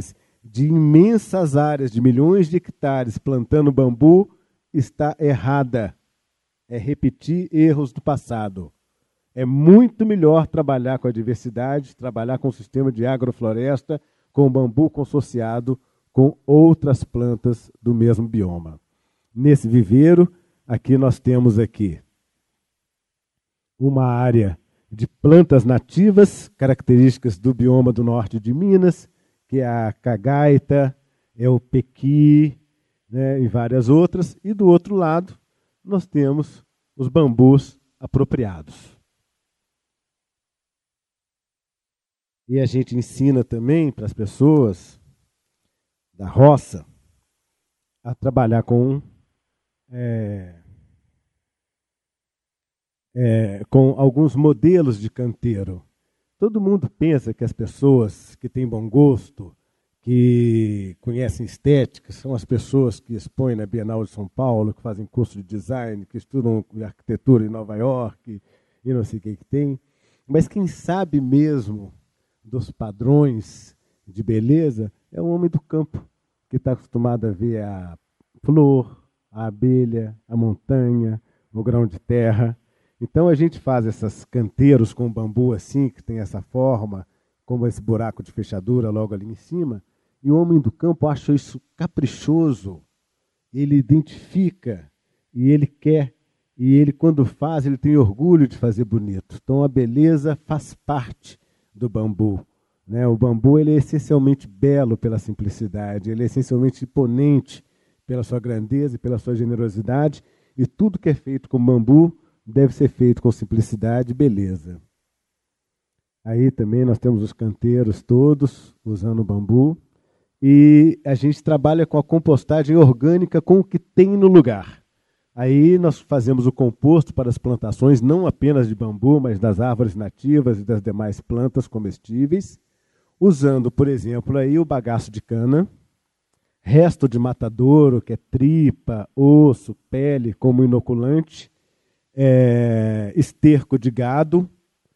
S5: de imensas áreas, de milhões de hectares plantando bambu, está errada. É repetir erros do passado. É muito melhor trabalhar com a diversidade, trabalhar com o sistema de agrofloresta, com o bambu consorciado com outras plantas do mesmo bioma. Nesse viveiro, aqui nós temos uma área de plantas nativas, características do bioma do norte de Minas, que é a cagaita, é o pequi, né, e várias outras. E do outro lado, nós temos os bambus apropriados. E a gente ensina também para as pessoas da roça a trabalhar com alguns modelos de canteiro. Todo mundo pensa que as pessoas que têm bom gosto, que conhecem estética, são as pessoas que expõem na Bienal de São Paulo, que fazem curso de design, que estudam arquitetura em Nova York e não sei o que tem. Mas quem sabe mesmo dos padrões de beleza é o homem do campo, que está acostumado a ver a flor, a abelha, a montanha, o grão de terra. Então a gente faz esses canteiros com bambu assim, que tem essa forma, como esse buraco de fechadura logo ali em cima, e o homem do campo acha isso caprichoso, ele identifica, e ele quer, e ele quando faz, ele tem orgulho de fazer bonito. Então a beleza faz parte do bambu, né? O bambu ele é essencialmente belo pela simplicidade, ele é essencialmente imponente pela sua grandeza e pela sua generosidade, e tudo que é feito com bambu deve ser feito com simplicidade e beleza. Aí também nós temos os canteiros todos usando bambu, e a gente trabalha com a compostagem orgânica com o que tem no lugar. Aí nós fazemos o composto para as plantações, não apenas de bambu, mas das árvores nativas e das demais plantas comestíveis, usando, por exemplo, aí o bagaço de cana, resto de matadouro, que é tripa, osso, pele, como inoculante, esterco de gado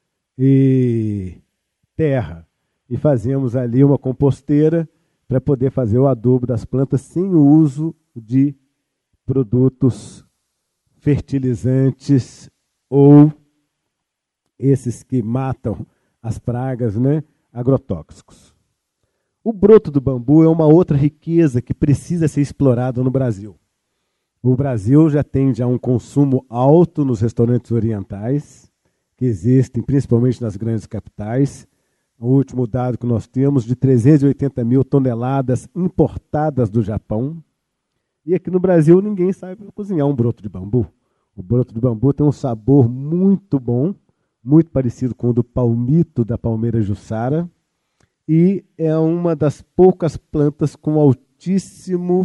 S5: e terra. E fazemos ali uma composteira para poder fazer o adubo das plantas sem o uso de produtos fertilizantes ou esses que matam as pragas, né, agrotóxicos. O broto do bambu é uma outra riqueza que precisa ser explorada no Brasil. O Brasil já tem um consumo alto nos restaurantes orientais, que existem principalmente nas grandes capitais. O último dado que nós temos de 380 mil toneladas importadas do Japão. E aqui no Brasil ninguém sabe cozinhar um broto de bambu. O broto de bambu tem um sabor muito bom, muito parecido com o do palmito da palmeira jussara, e é uma das poucas plantas com altíssimo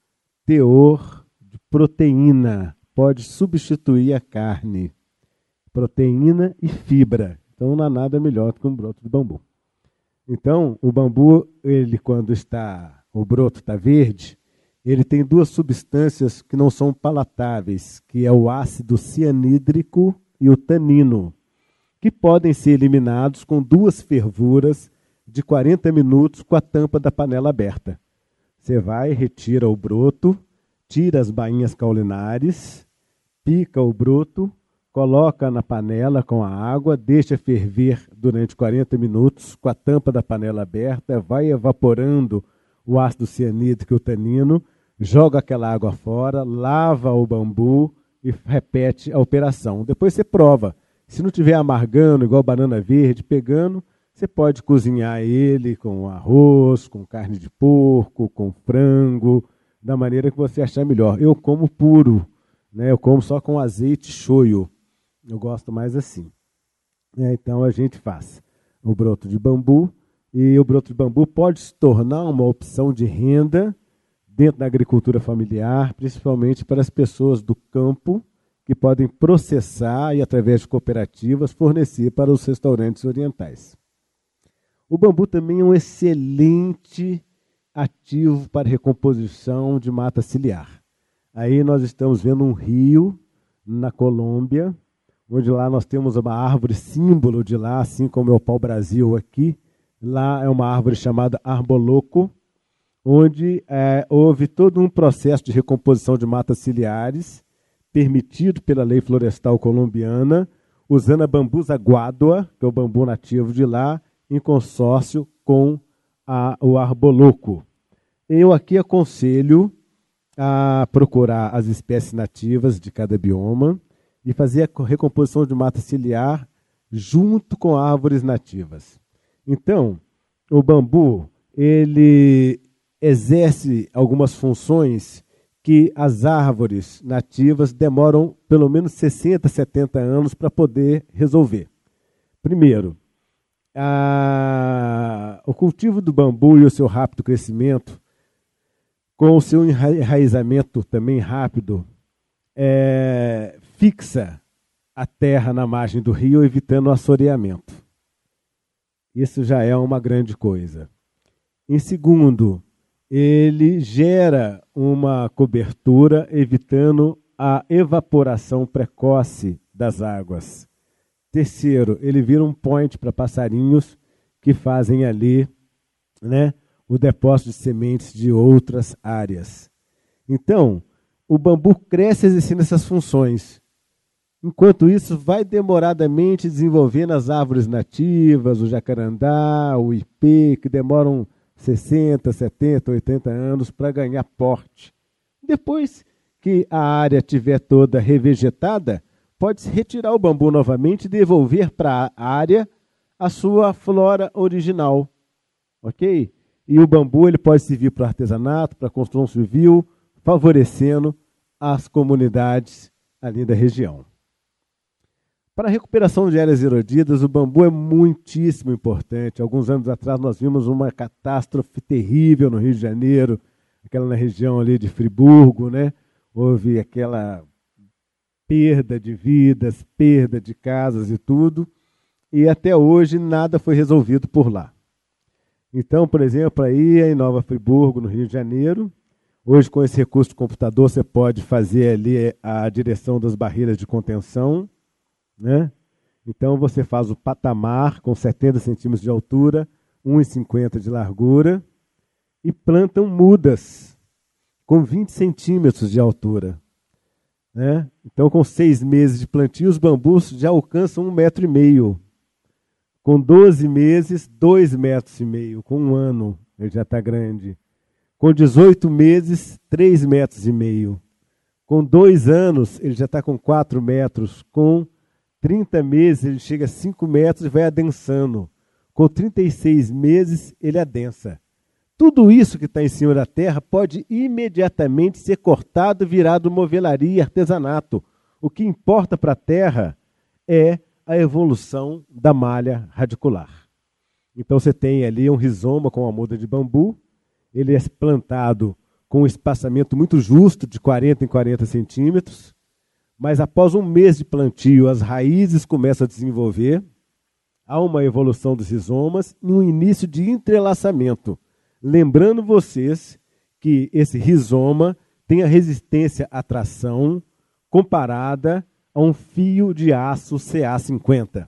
S5: teor de proteína. Pode substituir a carne. Proteína e fibra. Então não há nada melhor do que um broto de bambu. Então, o bambu, quando o broto está verde, ele tem duas substâncias que não são palatáveis, que é o ácido cianídrico e o tanino, que podem ser eliminados com 2 fervuras de 40 minutos com a tampa da panela aberta. Você vai, retira o broto, tira as bainhas caulinares, pica o broto, coloca na panela com a água, deixa ferver durante 40 minutos com a tampa da panela aberta, vai evaporando o ácido cianídrico e o tanino, joga aquela água fora, lava o bambu e repete a operação. Depois você prova. Se não estiver amargando, igual banana verde, pegando, você pode cozinhar ele com arroz, com carne de porco, com frango, da maneira que você achar melhor. Eu como puro, né? Eu como só com azeite shoyu. Eu gosto mais assim. Então a gente faz o broto de bambu, e o broto de bambu pode se tornar uma opção de renda dentro da agricultura familiar, principalmente para as pessoas do campo, que podem processar e, através de cooperativas, fornecer para os restaurantes orientais. O bambu também é um excelente ativo para recomposição de mata ciliar. Aí nós estamos vendo um rio na Colômbia, onde lá nós temos uma árvore símbolo de lá, assim como é o pau-brasil aqui. Lá é uma árvore chamada arboloco, onde houve todo um processo de recomposição de matas ciliares, permitido pela lei florestal colombiana, usando a bambusa guádua, que é o bambu nativo de lá, em consórcio com o arboloco. Eu aqui aconselho a procurar as espécies nativas de cada bioma e fazer a recomposição de mata ciliar junto com árvores nativas. Então, o bambu, ele exerce algumas funções que as árvores nativas demoram pelo menos 60, 70 anos para poder resolver. Primeiro, o cultivo do bambu e o seu rápido crescimento, com o seu enraizamento também rápido, fixa a terra na margem do rio, evitando o assoreamento. Isso já é uma grande coisa. Em segundo, ele gera uma cobertura, evitando a evaporação precoce das águas. Terceiro, ele vira um point para passarinhos que fazem ali, né, o depósito de sementes de outras áreas. Então, o bambu cresce exercendo essas funções. Enquanto isso, vai demoradamente desenvolvendo as árvores nativas, o jacarandá, o ipê, que demoram 60, 70, 80 anos para ganhar porte. Depois que a área estiver toda revegetada, pode-se retirar o bambu novamente e devolver para a área a sua flora original. Ok? E o bambu ele pode servir para artesanato, para construção civil, favorecendo as comunidades ali da região. Para a recuperação de áreas erodidas, o bambu é muitíssimo importante. Alguns anos atrás nós vimos uma catástrofe terrível no Rio de Janeiro, aquela na região ali de Friburgo, né? Houve aquela perda de vidas, perda de casas e tudo, e até hoje nada foi resolvido por lá. Então, por exemplo, aí em Nova Friburgo, no Rio de Janeiro, hoje com esse recurso de computador você pode fazer ali a direção das barreiras de contenção, né? Então você faz o patamar com 70 centímetros de altura, 1,50 de largura e plantam mudas com 20 centímetros de altura. Né? Então com 6 meses de plantio os bambus já alcançam 1,5 metro. Com 12 meses, 2,5 metros. Com 1 ano ele já está grande. Com 18 meses, 3,5 metros. Com 2 anos ele já está com 4 metros. Com 30 meses ele chega a 5 metros e vai adensando. Com 36 meses ele adensa. Tudo isso que está em cima da terra pode imediatamente ser cortado e virado movelaria e artesanato. O que importa para a terra é a evolução da malha radicular. Então você tem ali um rizoma com uma muda de bambu, ele é plantado com um espaçamento muito justo de 40 em 40 centímetros, mas após 1 mês de plantio, as raízes começam a desenvolver, há uma evolução dos rizomas e um início de entrelaçamento. Lembrando vocês que esse rizoma tem a resistência à tração comparada a um fio de aço CA50.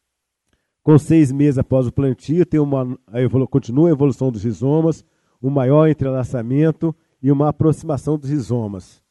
S5: Com 6 meses após o plantio, continua a evolução dos rizomas, um maior entrelaçamento e uma aproximação dos rizomas.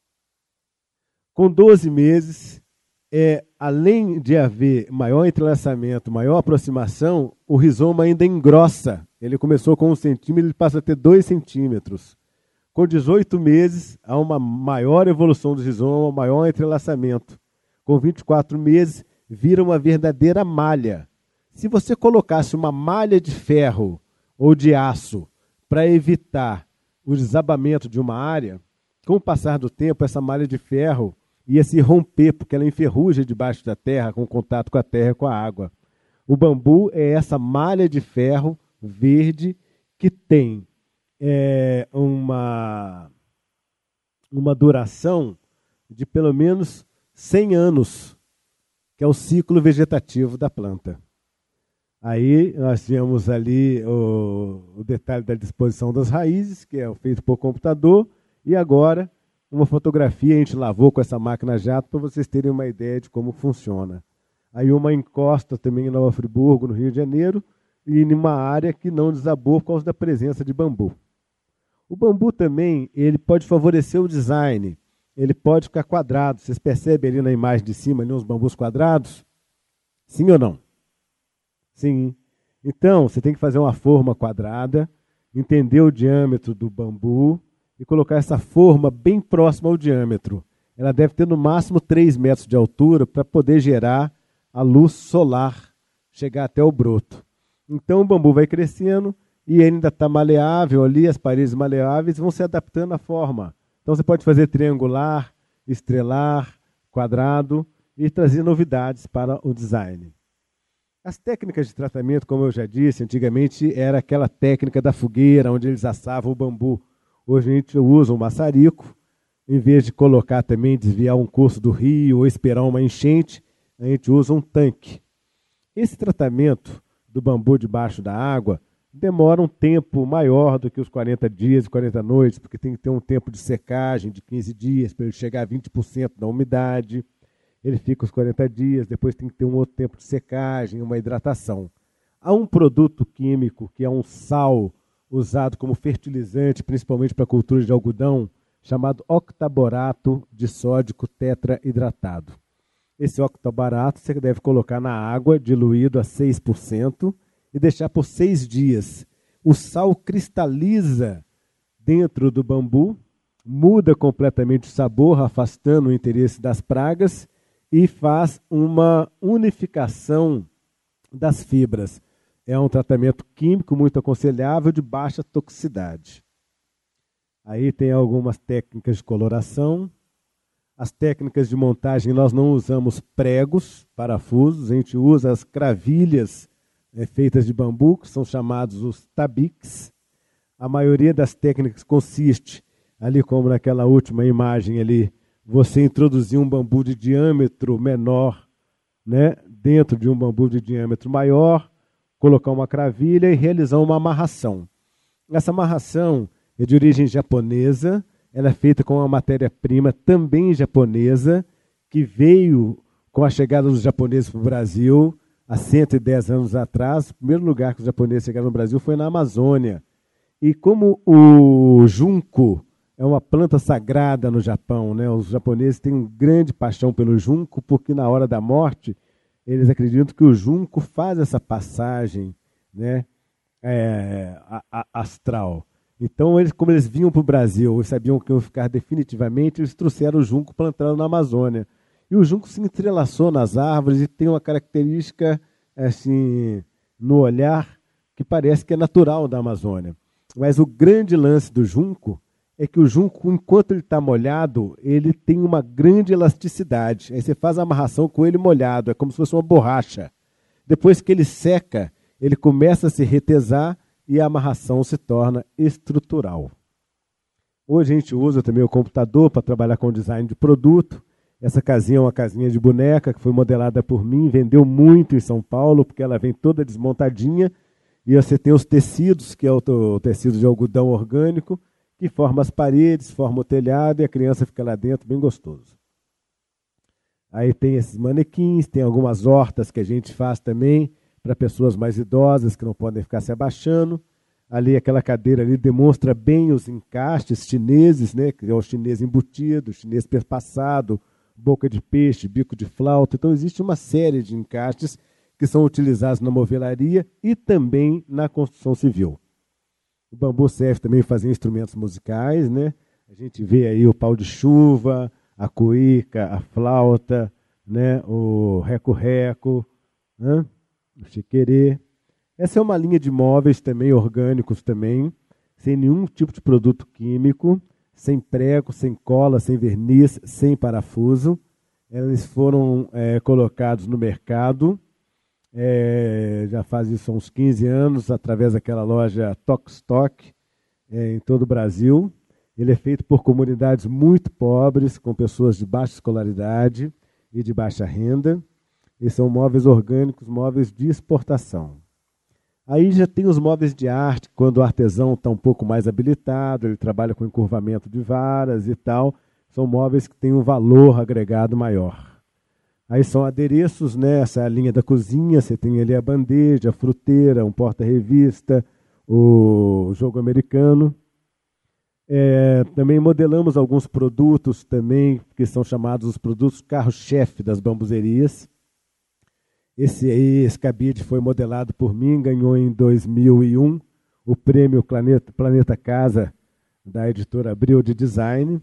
S5: Com 12 meses, além de haver maior entrelaçamento, maior aproximação, o rizoma ainda engrossa. Ele começou com 1 centímetro, ele passa a ter 2 centímetros. Com 18 meses, há uma maior evolução do rizoma, maior entrelaçamento. Com 24 meses, vira uma verdadeira malha. Se você colocasse uma malha de ferro ou de aço para evitar o desabamento de uma área, com o passar do tempo, essa malha de ferro ia se romper, porque ela enferruja debaixo da terra, com contato com a terra e com a água. O bambu é essa malha de ferro verde que tem uma duração de pelo menos 100 anos, que é o ciclo vegetativo da planta. Aí nós temos ali o detalhe da disposição das raízes, que é feito por computador, e agora uma fotografia a gente lavou com essa máquina jato para vocês terem uma ideia de como funciona. Aí uma encosta também em Nova Friburgo, no Rio de Janeiro, e em uma área que não desabou por causa da presença de bambu. O bambu também, ele pode favorecer o design, ele pode ficar quadrado. Vocês percebem ali na imagem de cima, ali uns bambus quadrados? Sim ou não? Sim. Então, você tem que fazer uma forma quadrada, entender o diâmetro do bambu e colocar essa forma bem próxima ao diâmetro. Ela deve ter no máximo 3 metros de altura para poder gerar a luz solar, chegar até o broto. Então o bambu vai crescendo e ele ainda está maleável ali, as paredes maleáveis vão se adaptando à forma. Então você pode fazer triangular, estrelar, quadrado e trazer novidades para o design. As técnicas de tratamento, como eu já disse, antigamente era aquela técnica da fogueira, onde eles assavam o bambu. Hoje a gente usa um maçarico, em vez de colocar também, desviar um curso do rio ou esperar uma enchente, a gente usa um tanque. Esse tratamento do bambu debaixo da água demora um tempo maior do que os 40 dias e 40 noites, porque tem que ter um tempo de secagem de 15 dias para ele chegar a 20% da umidade. Ele fica os 40 dias, depois tem que ter um outro tempo de secagem, uma hidratação. Há um produto químico que é um sal usado como fertilizante, principalmente para a cultura de algodão, chamado octaborato de sódico tetraidratado. Esse octaborato você deve colocar na água, diluído a 6%, e deixar por 6 dias. O sal cristaliza dentro do bambu, muda completamente o sabor, afastando o interesse das pragas, e faz uma unificação das fibras. É um tratamento químico muito aconselhável de baixa toxicidade. Aí tem algumas técnicas de coloração. As técnicas de montagem, nós não usamos pregos, parafusos, a gente usa as cravilhas feitas de bambu, que são chamados os tabiques. A maioria das técnicas consiste, ali como naquela última imagem ali, você introduzir um bambu de diâmetro menor, né, dentro de um bambu de diâmetro maior, colocar uma cravilha e realizar uma amarração. Essa amarração é de origem japonesa, ela é feita com uma matéria-prima também japonesa, que veio com a chegada dos japoneses para o Brasil há 110 anos atrás. O primeiro lugar que os japoneses chegaram no Brasil foi na Amazônia. E como o junco é uma planta sagrada no Japão, né? Os japoneses têm uma grande paixão pelo junco, porque na hora da morte eles acreditam que o junco faz essa passagem, né, astral. Então, como eles vinham para o Brasil e sabiam que iam ficar definitivamente, eles trouxeram o junco plantado na Amazônia. E o junco se entrelaçou nas árvores e tem uma característica assim, no olhar que parece que é natural da Amazônia. Mas o grande lance do junco é que o junco, enquanto ele está molhado, ele tem uma grande elasticidade. Aí você faz a amarração com ele molhado, é como se fosse uma borracha. Depois que ele seca, ele começa a se retesar e a amarração se torna estrutural. Hoje a gente usa também o computador para trabalhar com design de produto. Essa casinha é uma casinha de boneca que foi modelada por mim, vendeu muito em São Paulo, porque ela vem toda desmontadinha. E você tem os tecidos, que é o tecido de algodão orgânico, que forma as paredes, forma o telhado e a criança fica lá dentro, bem gostoso. Aí tem esses manequins, tem algumas hortas que a gente faz também para pessoas mais idosas que não podem ficar se abaixando. Ali aquela cadeira ali demonstra bem os encaixes chineses, né, que é o chinês embutido, o chinês perpassado, boca de peixe, bico de flauta. Então existe uma série de encaixes que são utilizados na movelaria e também na construção civil. O bambu serve também para fazer instrumentos musicais, né? A gente vê aí o pau de chuva, a cuíca, a flauta, né? O reco-reco, né? O chiquerê. Essa é uma linha de móveis também, orgânicos também, sem nenhum tipo de produto químico, sem prego, sem cola, sem verniz, sem parafuso. Eles foram colocados no mercado, já faz isso há uns 15 anos, através daquela loja Tokstok, em todo o Brasil. Ele é feito por comunidades muito pobres, com pessoas de baixa escolaridade e de baixa renda. E são móveis orgânicos, móveis de exportação. Aí já tem os móveis de arte, quando o artesão está um pouco mais habilitado, ele trabalha com encurvamento de varas e tal. São móveis que têm um valor agregado maior. Aí são adereços, né? Essa é a linha da cozinha, você tem ali a bandeja, a fruteira, um porta-revista, o jogo americano. Também modelamos alguns produtos também, que são chamados os produtos carro-chefe das bambuzerias. Esse cabide foi modelado por mim, ganhou em 2001 o prêmio Planeta Casa da editora Abril de Design.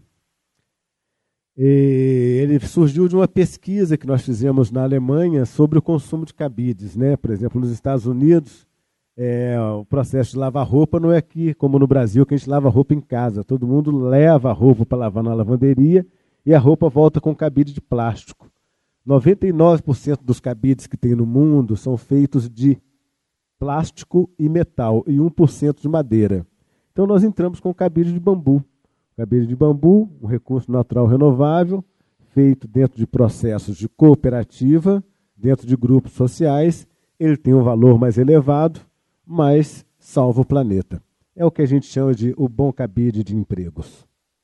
S5: E ele surgiu de uma pesquisa que nós fizemos na Alemanha sobre o consumo de cabides, né? Por exemplo, nos Estados Unidos, o processo de lavar roupa não é aqui, como no Brasil, que a gente lava roupa em casa. Todo mundo leva a roupa para lavar na lavanderia e a roupa volta com cabide de plástico. 99% dos cabides que tem no mundo são feitos de plástico e metal e 1% de madeira. Então nós entramos com cabide de bambu. Cabide de bambu, um recurso natural renovável, feito dentro de processos de cooperativa, dentro de grupos sociais. Ele tem um valor mais elevado, mas salva o planeta. É o que a gente chama de o bom cabide de empregos.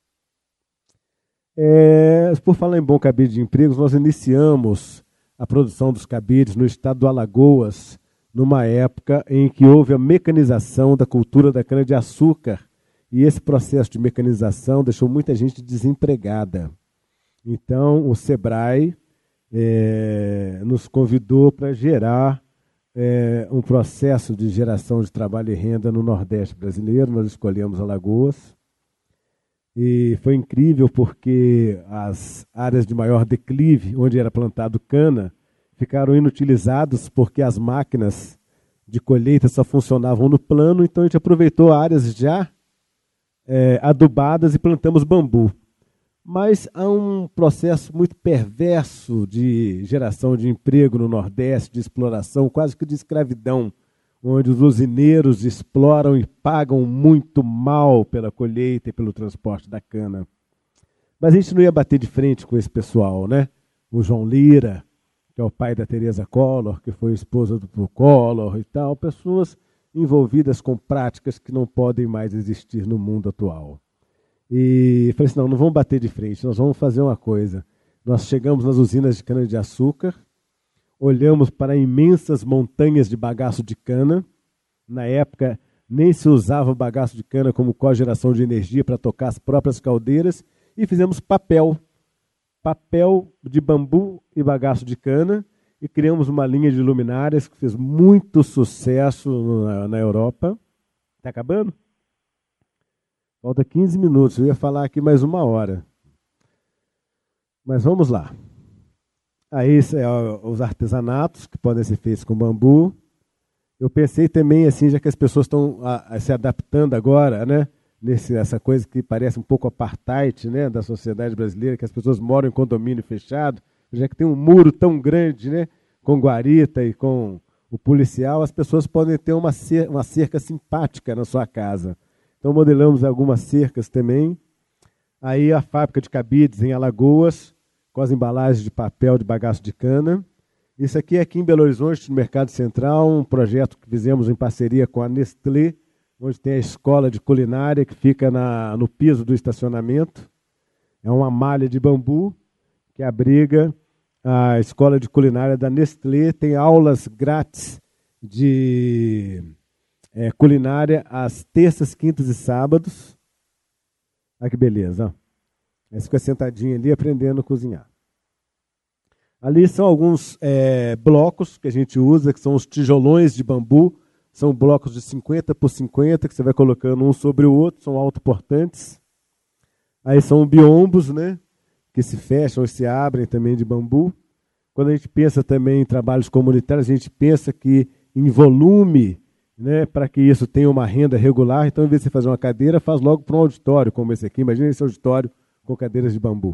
S5: Por falar em bom cabide de empregos, nós iniciamos a produção dos cabides no estado do Alagoas, numa época em que houve a mecanização da cultura da cana-de-açúcar, e esse processo de mecanização deixou muita gente desempregada. Então, o SEBRAE nos convidou para gerar um processo de geração de trabalho e renda no Nordeste brasileiro. Nós escolhemos Alagoas. E foi incrível porque as áreas de maior declive, onde era plantado cana, ficaram inutilizadas porque as máquinas de colheita só funcionavam no plano, então a gente aproveitou áreas já adubadas e plantamos bambu. Mas há um processo muito perverso de geração de emprego no Nordeste, de exploração, quase que de escravidão, onde os usineiros exploram e pagam muito mal pela colheita e pelo transporte da cana. Mas a gente não ia bater de frente com esse pessoal, né? O João Lira, que é o pai da Teresa Collor, que foi esposa do Collor e tal, pessoas envolvidas com práticas que não podem mais existir no mundo atual. E falei assim, não vamos bater de frente, nós vamos fazer uma coisa. Nós chegamos nas usinas de cana-de-açúcar, olhamos para imensas montanhas de bagaço de cana. Na época, nem se usava o bagaço de cana como cogeração de energia para tocar as próprias caldeiras, e fizemos papel de bambu e bagaço de cana, e criamos uma linha de luminárias que fez muito sucesso na Europa. Está acabando? Falta 15 minutos, eu ia falar aqui mais 1 hora. Mas vamos lá. Aí os artesanatos que podem ser feitos com bambu. Eu pensei também, assim, já que as pessoas estão se adaptando agora, né? Essa coisa que parece um pouco apartheid, né, da sociedade brasileira, que as pessoas moram em condomínio fechado, já que tem um muro tão grande, né, com guarita e com o policial, as pessoas podem ter uma cerca simpática na sua casa. Então modelamos algumas cercas também. Aí a fábrica de cabides em Alagoas, com as embalagens de papel de bagaço de cana. Isso aqui é aqui em Belo Horizonte, no Mercado Central, um projeto que fizemos em parceria com a Nestlé, onde tem a escola de culinária que fica no piso do estacionamento. É uma malha de bambu que abriga a escola de culinária da Nestlé. Tem aulas grátis de culinária às terças, quintas e sábados. Olha que beleza. Aí fica sentadinho ali aprendendo a cozinhar. Ali são alguns blocos que a gente usa, que são os tijolões de bambu. São blocos de 50 por 50, que você vai colocando um sobre o outro, são autoportantes. Aí são biombos, né, que se fecham e se abrem também de bambu. Quando a gente pensa também em trabalhos comunitários, a gente pensa que em volume, né, para que isso tenha uma renda regular. Então, em vez de você fazer uma cadeira, faz logo para um auditório como esse aqui. Imagina esse auditório com cadeiras de bambu.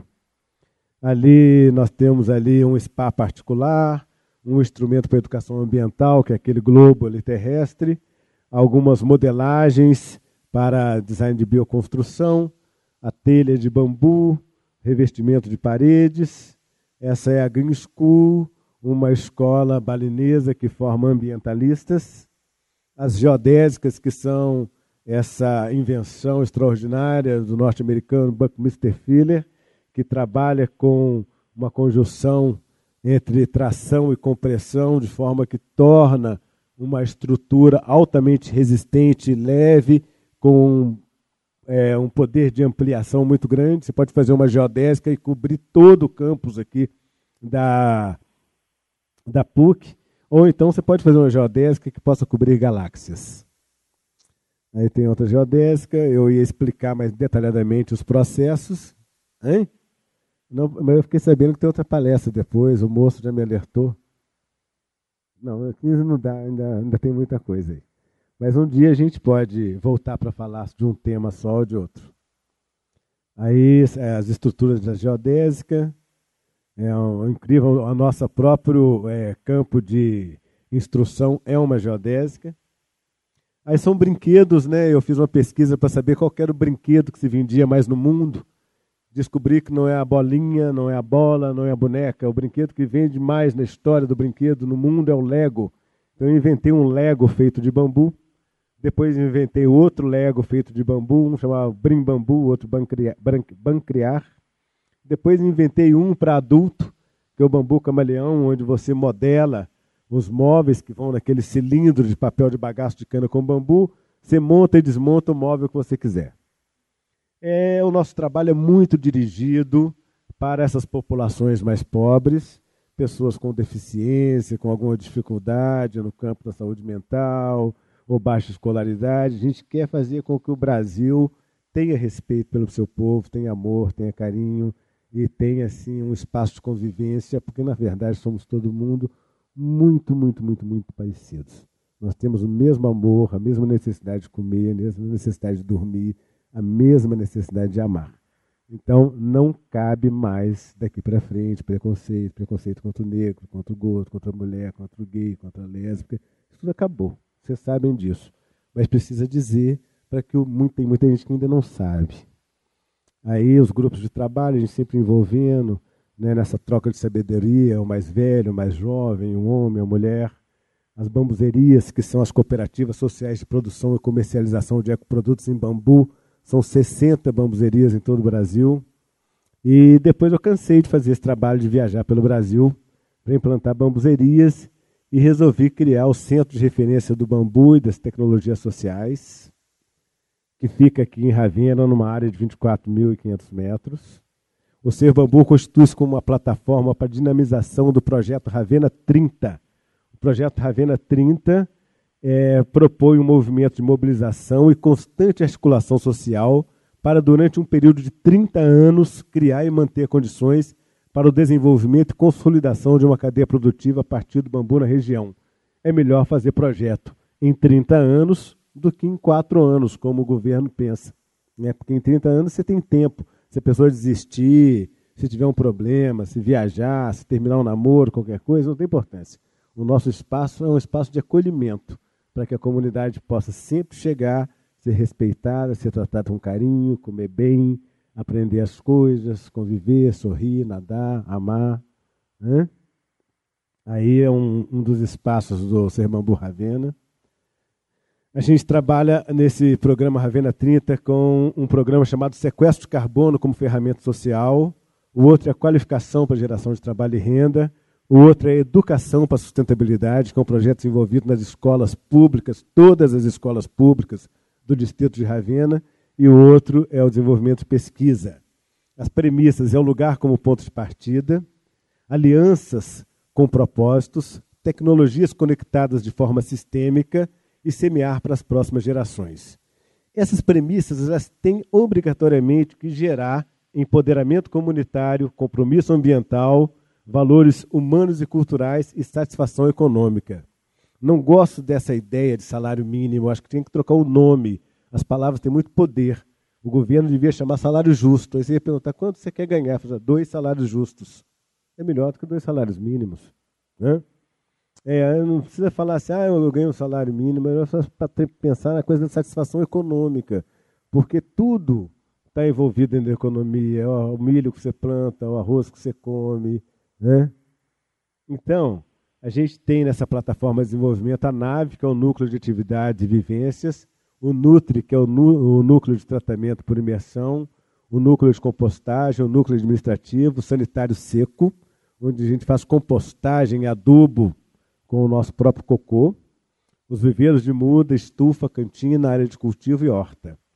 S5: Ali nós temos ali um spa particular, um instrumento para educação ambiental, que é aquele globo ali terrestre, algumas modelagens para design de bioconstrução, a telha de bambu, revestimento de paredes. Essa é a Green School, uma escola balinesa que forma ambientalistas. As geodésicas, que são essa invenção extraordinária do norte-americano Buckminster Fuller, que trabalha com uma conjunção entre tração e compressão, de forma que torna uma estrutura altamente resistente, leve, com um poder de ampliação muito grande. Você pode fazer uma geodésica e cobrir todo o campus aqui da PUC, ou então você pode fazer uma geodésica que possa cobrir galáxias. Aí tem outra geodésica, eu ia explicar mais detalhadamente os processos. Hein? Não, mas eu fiquei sabendo que tem outra palestra depois, o moço já me alertou. Não, 15 não dá, ainda tem muita coisa aí. Mas um dia a gente pode voltar para falar de um tema só ou de outro. Aí as estruturas da geodésica, incrível, o nosso próprio campo de instrução é uma geodésica. Aí são brinquedos, né? Eu fiz uma pesquisa para saber qual era o brinquedo que se vendia mais no mundo. Descobri que não é a bolinha, não é a bola, não é a boneca. O brinquedo que vende mais na história do brinquedo no mundo é o Lego. Então eu inventei um Lego feito de bambu. Depois inventei outro Lego feito de bambu, um chamava Brim Bambu, outro Bancriar. Depois inventei um para adulto, que é o Bambu Camaleão, onde você modela os móveis que vão naquele cilindro de papel de bagaço de cana com bambu. Você monta e desmonta o móvel que você quiser. O nosso trabalho é muito dirigido para essas populações mais pobres, pessoas com deficiência, com alguma dificuldade no campo da saúde mental ou baixa escolaridade. A gente quer fazer com que o Brasil tenha respeito pelo seu povo, tenha amor, tenha carinho e tenha assim, um espaço de convivência, porque na verdade somos todo mundo muito, muito, muito, muito parecidos. Nós temos o mesmo amor, a mesma necessidade de comer, a mesma necessidade de dormir, a mesma necessidade de amar. Então, não cabe mais daqui para frente preconceito contra o negro, contra o gordo, contra a mulher, contra o gay, contra a lésbica. Isso tudo acabou. Vocês sabem disso. Mas precisa dizer para que tem muita gente que ainda não sabe. Aí os grupos de trabalho, a gente sempre envolvendo, né, nessa troca de sabedoria, o mais velho, o mais jovem, o homem, a mulher. As bambuzerias, que são as cooperativas sociais de produção e comercialização de ecoprodutos em bambu. São 60 bambuzerias em todo o Brasil. E depois eu cansei de fazer esse trabalho de viajar pelo Brasil para implantar bambuzerias e resolvi criar o Centro de Referência do Bambu e das Tecnologias Sociais, que fica aqui em Ravenna, numa área de 24.500 metros. O Ser Bambu constitui-se como uma plataforma para dinamização do projeto Ravenna 30. O projeto Ravenna 30 propõe um movimento de mobilização e constante articulação social para, durante um período de 30 anos, criar e manter condições para o desenvolvimento e consolidação de uma cadeia produtiva a partir do bambu na região. É melhor fazer projeto em 30 anos do que em 4 anos, como o governo pensa. Né? Porque em 30 anos você tem tempo. Se a pessoa desistir, se tiver um problema, se viajar, se terminar um namoro, qualquer coisa, não tem importância. O nosso espaço é um espaço de acolhimento, para que a comunidade possa sempre chegar, ser respeitada, ser tratada com carinho, comer bem, aprender as coisas, conviver, sorrir, nadar, amar. Né? Aí é um dos espaços do Ser Bambu Ravenna. A gente trabalha nesse programa Ravenna 30 com um programa chamado Sequestro de Carbono como ferramenta social, o outro é a qualificação para geração de trabalho e renda, o outro é a educação para sustentabilidade, com projetos envolvidos nas escolas públicas, todas as escolas públicas do distrito de Ravenna, e o outro é o desenvolvimento de pesquisa. As premissas é o lugar como ponto de partida, alianças com propósitos, tecnologias conectadas de forma sistêmica e semear para as próximas gerações. Essas premissas elas têm obrigatoriamente que gerar empoderamento comunitário, compromisso ambiental, valores humanos e culturais e satisfação econômica. Não gosto dessa ideia de salário mínimo, acho que tem que trocar o nome. As palavras têm muito poder. O governo devia chamar salário justo. Aí você ia perguntar, quanto você quer ganhar? Falar, 2 salários justos. É melhor do que 2 salários mínimos. Né? Não precisa falar assim, eu ganho um salário mínimo, é só para pensar na coisa da satisfação econômica. Porque tudo está envolvido dentro da economia. O milho que você planta, o arroz que você come. Né? Então, a gente tem nessa plataforma de desenvolvimento a NAVE, que é o Núcleo de Atividades e Vivências, o NUTRI, que é o Núcleo de Tratamento por Imersão, o Núcleo de Compostagem, o Núcleo Administrativo, o Sanitário Seco, onde a gente faz compostagem e adubo com o nosso próprio cocô, os viveiros de muda, estufa, cantina, área de cultivo e horta.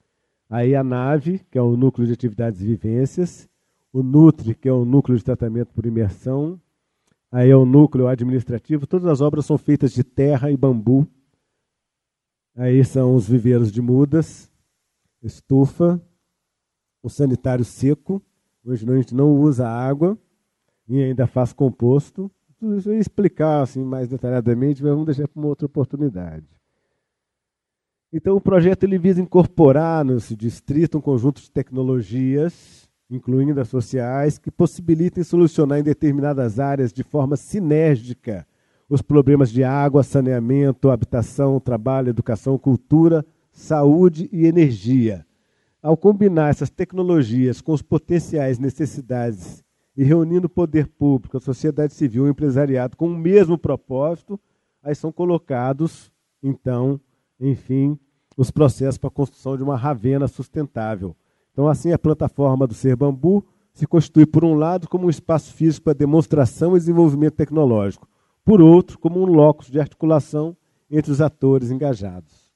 S5: Aí a NAVE, que é o Núcleo de Atividades e Vivências, o NUTRI, que é o Núcleo de Tratamento por Imersão, aí é o Núcleo Administrativo, todas as obras são feitas de terra e bambu. Aí são os viveiros de mudas, estufa, o sanitário seco, hoje a gente não usa água e ainda faz composto. Tudo isso eu ia explicar assim, mais detalhadamente, mas vamos deixar para uma outra oportunidade. Então o projeto ele visa incorporar nesse distrito um conjunto de tecnologias, incluindo as sociais, que possibilitem solucionar em determinadas áreas de forma sinérgica os problemas de água, saneamento, habitação, trabalho, educação, cultura, saúde e energia. Ao combinar essas tecnologias com os potenciais necessidades e reunindo o poder público, a sociedade civil e o empresariado com o mesmo propósito, aí são colocados, então, enfim, os processos para a construção de uma Ravenna sustentável. Então, assim, a plataforma do Ser Bambu se constitui, por um lado, como um espaço físico para demonstração e desenvolvimento tecnológico, por outro, como um locus de articulação entre os atores engajados.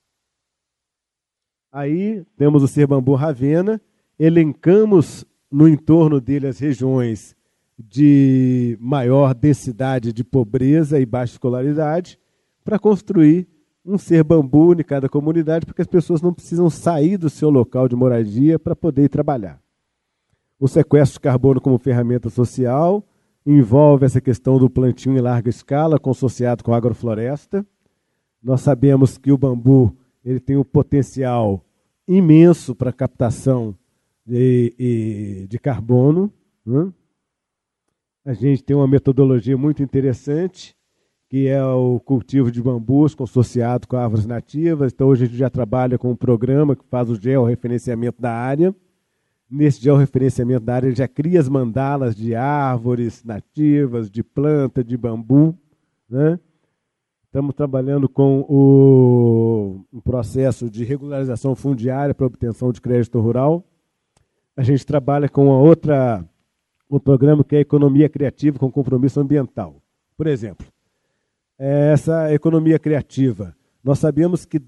S5: Aí temos o Ser Bambu Ravenna, elencamos no entorno dele as regiões de maior densidade de pobreza e baixa escolaridade, para construir um Ser Bambu em cada comunidade, porque as pessoas não precisam sair do seu local de moradia para poder ir trabalhar. O sequestro de carbono como ferramenta social envolve essa questão do plantio em larga escala, consociado com a agrofloresta. Nós sabemos que o bambu ele tem um potencial imenso para captação de carbono. Né? A gente tem uma metodologia muito interessante, que é o cultivo de bambus consociado com árvores nativas. Então, hoje a gente já trabalha com um programa que faz o georreferenciamento da área. Nesse georreferenciamento da área, ele já cria as mandalas de árvores nativas, de planta, de bambu. Né? Estamos trabalhando com um processo de regularização fundiária para obtenção de crédito rural. A gente trabalha com um programa que é a economia criativa com compromisso ambiental. Por exemplo, essa economia criativa, nós sabemos que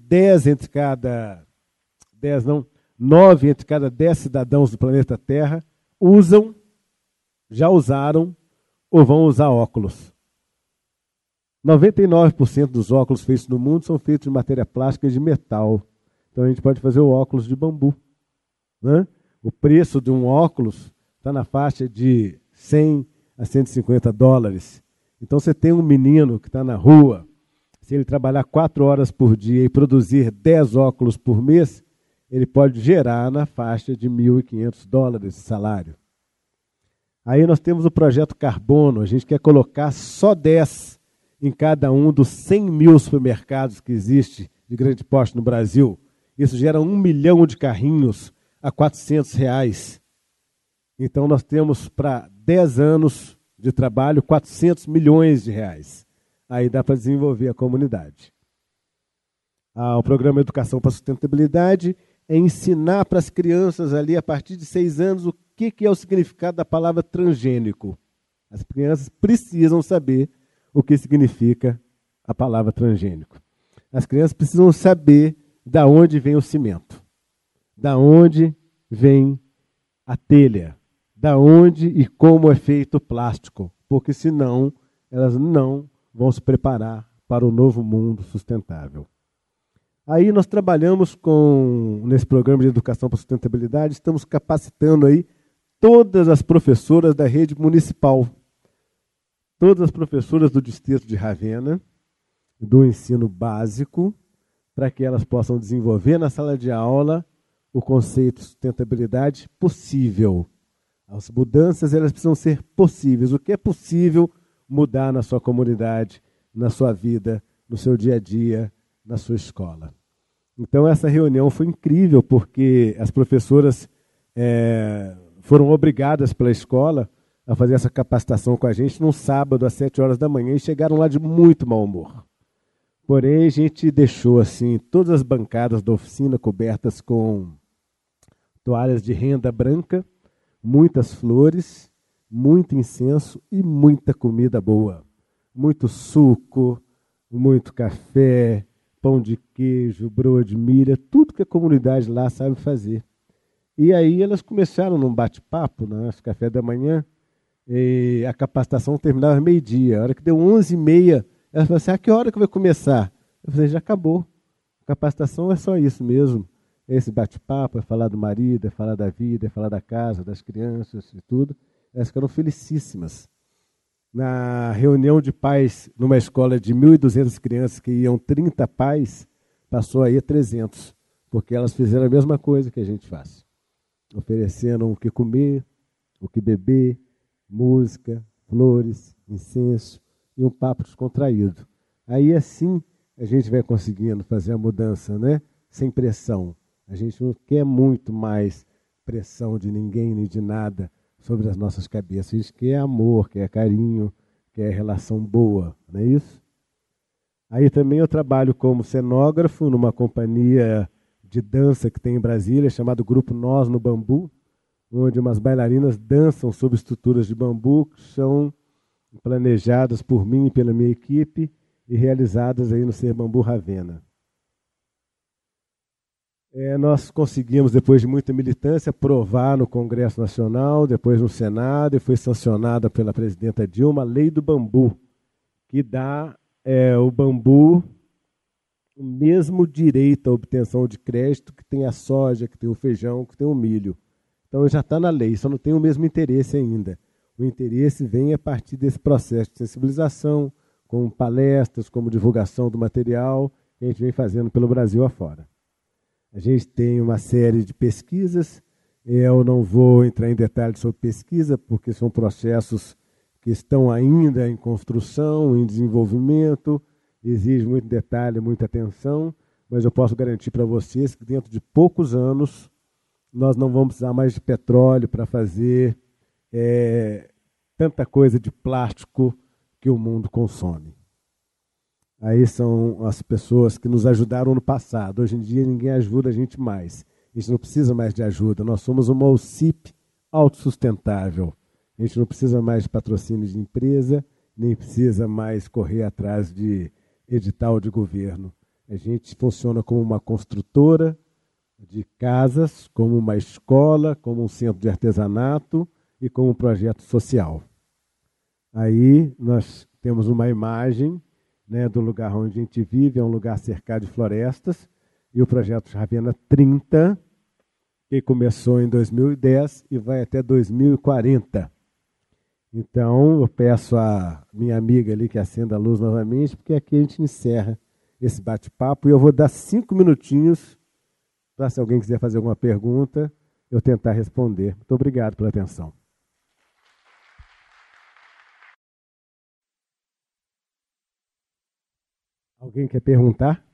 S5: 9 entre cada 10 cidadãos do planeta Terra já usaram ou vão usar óculos. 99% dos óculos feitos no mundo são feitos de matéria plástica e de metal. Então a gente pode fazer o óculos de bambu. Né? O preço de um óculos está na faixa de 100 a 150 dólares. Então você tem um menino que está na rua, se ele trabalhar 4 horas por dia e produzir 10 óculos por mês, ele pode gerar na faixa de 1.500 dólares de salário. Aí nós temos o projeto Carbono, a gente quer colocar só 10 em cada um dos 100 mil supermercados que existe de grande porte no Brasil. Isso gera 1 milhão de carrinhos a R$400. Então nós temos para 10 anos de trabalho 400 milhões de reais. Aí dá para desenvolver a comunidade. O programa Educação para a Sustentabilidade é ensinar para as crianças ali, a partir de 6 anos, o que é o significado da palavra transgênico. As crianças precisam saber o que significa a palavra transgênico. As crianças precisam saber da onde vem o cimento, da onde vem a telha, da onde e como é feito o plástico, porque senão elas não vão se preparar para o novo mundo sustentável. Aí nós trabalhamos nesse programa de educação para sustentabilidade, estamos capacitando aí todas as professoras da rede municipal, todas as professoras do distrito de Ravenna, do ensino básico, para que elas possam desenvolver na sala de aula o conceito de sustentabilidade possível. As mudanças elas precisam ser possíveis. O que é possível mudar na sua comunidade, na sua vida, no seu dia a dia, na sua escola. Então essa reunião foi incrível, porque as professoras foram obrigadas pela escola a fazer essa capacitação com a gente num sábado às 7 horas da manhã e chegaram lá de muito mau humor. Porém, a gente deixou assim todas as bancadas da oficina cobertas com toalhas de renda branca, muitas flores, muito incenso e muita comida boa. Muito suco, muito café, pão de queijo, broa de milha, tudo que a comunidade lá sabe fazer. E aí elas começaram num bate-papo, no nosso café da manhã, e a capacitação terminava meio-dia. A hora que deu 11h30, elas falaram assim, que hora que vai começar? Eu falei, já acabou. A capacitação é só isso mesmo. Esse bate-papo é falar do marido, é falar da vida, é falar da casa, das crianças e tudo. Elas ficaram felicíssimas. Na reunião de pais, numa escola de 1.200 crianças, que iam 30 pais, passou aí a 300, porque elas fizeram a mesma coisa que a gente faz. Ofereceram o que comer, o que beber, música, flores, incenso e um papo descontraído. Aí assim a gente vai conseguindo fazer a mudança, né? Sem pressão. A gente não quer muito mais pressão de ninguém nem de nada sobre as nossas cabeças. A gente quer amor, quer carinho, quer relação boa, não é isso? Aí também eu trabalho como cenógrafo numa companhia de dança que tem em Brasília, chamado Grupo Nós no Bambu, onde umas bailarinas dançam sob estruturas de bambu que são planejadas por mim e pela minha equipe e realizadas aí no Ser Bambu Ravenna. Nós conseguimos, depois de muita militância, aprovar no Congresso Nacional, depois no Senado, e foi sancionada pela presidenta Dilma a Lei do Bambu, que dá o bambu o mesmo direito à obtenção de crédito que tem a soja, que tem o feijão, que tem o milho. Então já está na lei, só não tem o mesmo interesse ainda. O interesse vem a partir desse processo de sensibilização, com palestras, como divulgação do material, que a gente vem fazendo pelo Brasil afora. A gente tem uma série de pesquisas, eu não vou entrar em detalhes sobre pesquisa, porque são processos que estão ainda em construção, em desenvolvimento, exige muito detalhe, muita atenção, mas eu posso garantir para vocês que dentro de poucos anos nós não vamos precisar mais de petróleo para fazer tanta coisa de plástico que o mundo consome. Aí são as pessoas que nos ajudaram no passado. Hoje em dia ninguém ajuda a gente mais. A gente não precisa mais de ajuda. Nós somos uma OCIP autossustentável. A gente não precisa mais de patrocínio de empresa, nem precisa mais correr atrás de edital de governo. A gente funciona como uma construtora de casas, como uma escola, como um centro de artesanato e como um projeto social. Aí nós temos uma imagem, né, do lugar onde a gente vive, é um lugar cercado de florestas, e o projeto Ravenna 30, que começou em 2010 e vai até 2040. Então, eu peço à minha amiga ali que acenda a luz novamente, porque aqui a gente encerra esse bate-papo, e eu vou dar 5 minutinhos para, se alguém quiser fazer alguma pergunta, eu tentar responder. Muito obrigado pela atenção. Alguém quer perguntar?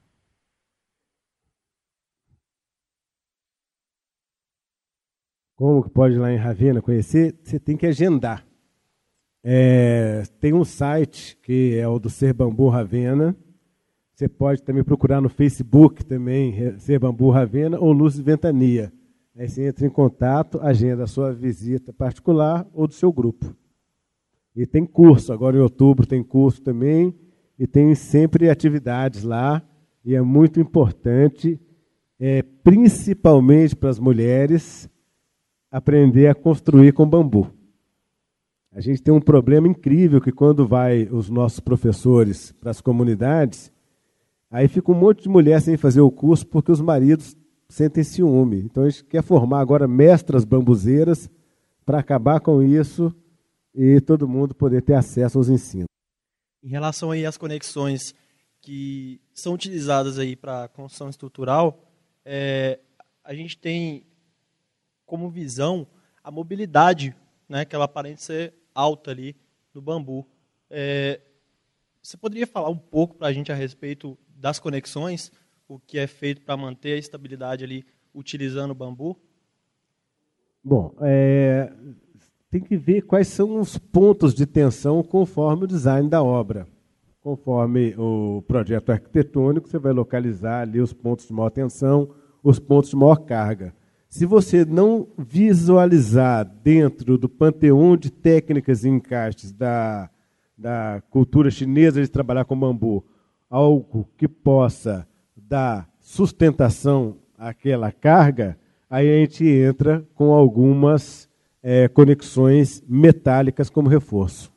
S5: Como que pode ir lá em Ravenna conhecer? Você tem que agendar. Tem um site que é o do Ser Bambu Ravenna. Você pode também procurar no Facebook também, Ser Bambu Ravenna ou Luz de Ventania. Aí você entra em contato, agenda a sua visita particular ou do seu grupo. E tem curso, agora em outubro tem curso também, e tem sempre atividades lá, e é muito importante, principalmente para as mulheres, aprender a construir com bambu. A gente tem um problema incrível que quando vai os nossos professores para as comunidades, aí fica um monte de mulher sem fazer o curso porque os maridos sentem ciúme. Então a gente quer formar agora mestras bambuzeiras para acabar com isso e todo mundo poder ter acesso aos ensinos.
S6: Em relação aí às conexões que são utilizadas aí para a construção estrutural, a gente tem como visão a mobilidade, né, que ela aparenta ser alta ali no bambu. Você poderia falar um pouco para a gente a respeito das conexões, o que é feito para manter a estabilidade ali utilizando o bambu?
S5: Bom, tem que ver quais são os pontos de tensão conforme o design da obra. Conforme o projeto arquitetônico, você vai localizar ali os pontos de maior tensão, os pontos de maior carga. Se você não visualizar dentro do panteão de técnicas e encaixes da cultura chinesa de trabalhar com bambu, algo que possa dar sustentação àquela carga, aí a gente entra com algumas conexões metálicas como reforço.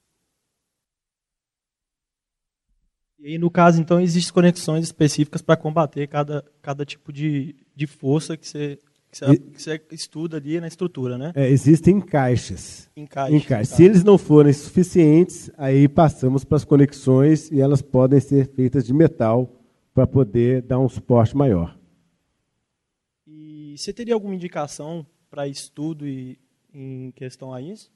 S6: E aí, no caso, então, existem conexões específicas para combater cada tipo de força que você estuda ali na estrutura, né?
S5: Existem encaixes.
S6: Encaixes.
S5: Se eles não forem suficientes, aí passamos para as conexões e elas podem ser feitas de metal para poder dar um suporte maior.
S6: E você teria alguma indicação para estudo em questão a isso?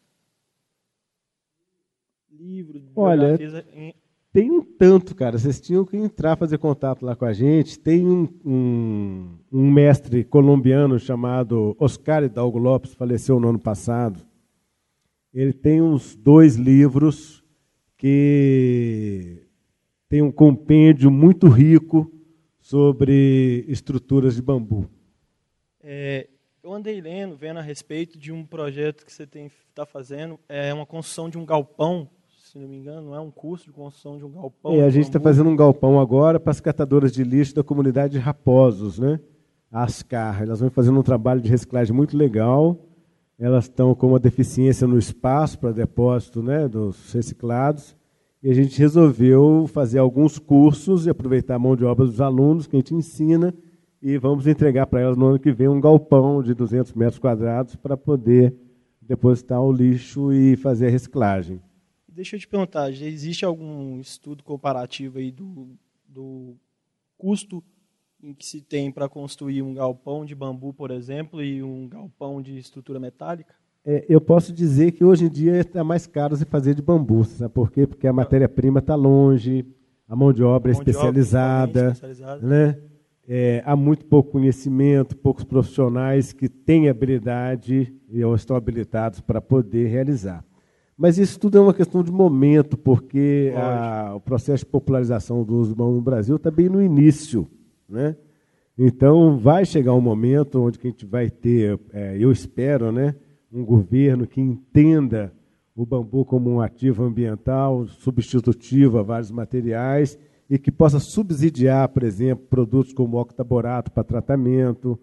S6: Livros, biografias...
S5: Tem um tanto, cara. Vocês tinham que entrar, fazer contato lá com a gente. Tem um mestre colombiano chamado Oscar Hidalgo Lopes, faleceu no ano passado. Ele tem uns 2 livros que tem um compêndio muito rico sobre estruturas de bambu.
S6: Eu andei vendo a respeito de um projeto que você está fazendo, uma construção de um galpão, se não me engano, não é um curso de construção de um galpão?
S5: A gente está fazendo um galpão agora para as catadoras de lixo da comunidade de Raposos, né? A Ascar. Elas vão fazendo um trabalho de reciclagem muito legal. Elas estão com uma deficiência no espaço para depósito, né, dos reciclados. E a gente resolveu fazer alguns cursos e aproveitar a mão de obra dos alunos que a gente ensina e vamos entregar para elas no ano que vem um galpão de 200 metros quadrados para poder depositar o lixo e fazer a reciclagem.
S6: Deixa eu te perguntar, já existe algum estudo comparativo aí do custo em que se tem para construir um galpão de bambu, por exemplo, e um galpão de estrutura metálica?
S5: Eu posso dizer que hoje em dia está mais caro se fazer de bambu, sabe por quê? Porque a matéria-prima está longe, a mão de obra é especializada, né? Há muito pouco conhecimento, poucos profissionais que têm habilidade e ou estão habilitados para poder realizar. Mas isso tudo é uma questão de momento, porque o processo de popularização do uso do bambu no Brasil está bem no início, né? Então, vai chegar um momento onde que a gente vai ter, eu espero, né, um governo que entenda o bambu como um ativo ambiental, substitutivo a vários materiais, e que possa subsidiar, por exemplo, produtos como octaborato para tratamento,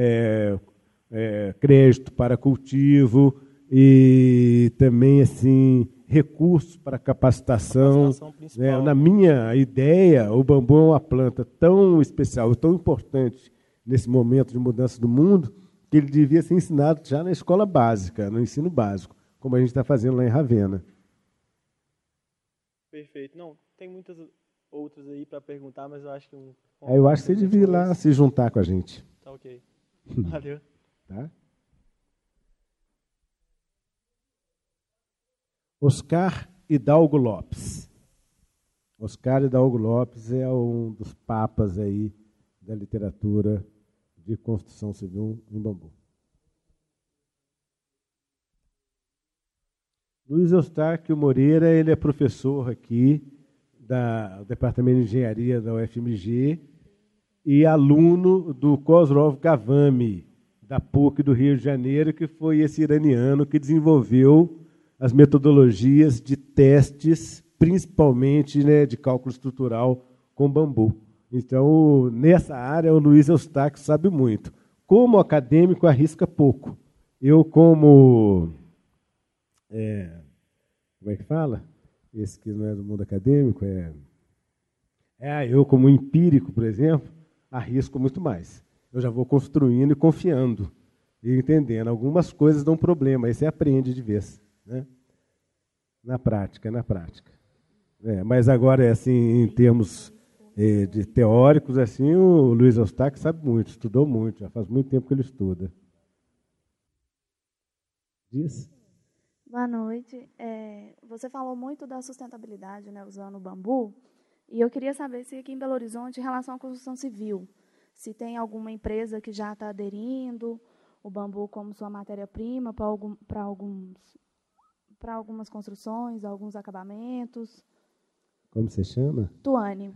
S5: crédito para cultivo, e também assim recursos para capacitação. Né? Na minha ideia, o bambu é uma planta tão especial, tão importante nesse momento de mudança do mundo, que ele devia ser ensinado já na escola básica, no ensino básico, como a gente está fazendo lá em Ravenna.
S6: Perfeito. Não, tem muitas outras aí para perguntar, mas eu acho que...
S5: eu acho que você devia ir lá se juntar com a gente.
S6: Tá ok. Valeu.
S5: Tá? Oscar Hidalgo Lopes. Oscar Hidalgo Lopes é um dos papas aí da literatura de construção civil em bambu. Luiz Eustáquio Moreira, ele é professor aqui do Departamento de Engenharia da UFMG e aluno do Khosrow Ghavami, da PUC do Rio de Janeiro, que foi esse iraniano que desenvolveu as metodologias de testes, principalmente, né, de cálculo estrutural com bambu. Então, nessa área, o Luiz Eustáquio sabe muito. Como acadêmico, arrisca pouco. Eu, como... como é que fala? Esse que não é do mundo acadêmico, eu, como empírico, por exemplo, arrisco muito mais. Eu já vou construindo e confiando, e entendendo. Algumas coisas dão problema, aí você aprende de vez. Né? Na prática. Mas agora, assim, em termos de teóricos, assim, o Luiz Eustáquio sabe muito, estudou muito, já faz muito tempo que ele estuda. Diz?
S7: Boa noite. Você falou muito da sustentabilidade, né, usando o bambu, e eu queria saber se aqui em Belo Horizonte, em relação à construção civil, se tem alguma empresa que já está aderindo o bambu como sua matéria-prima para algumas construções, alguns acabamentos.
S5: Como você chama?
S7: Tuane.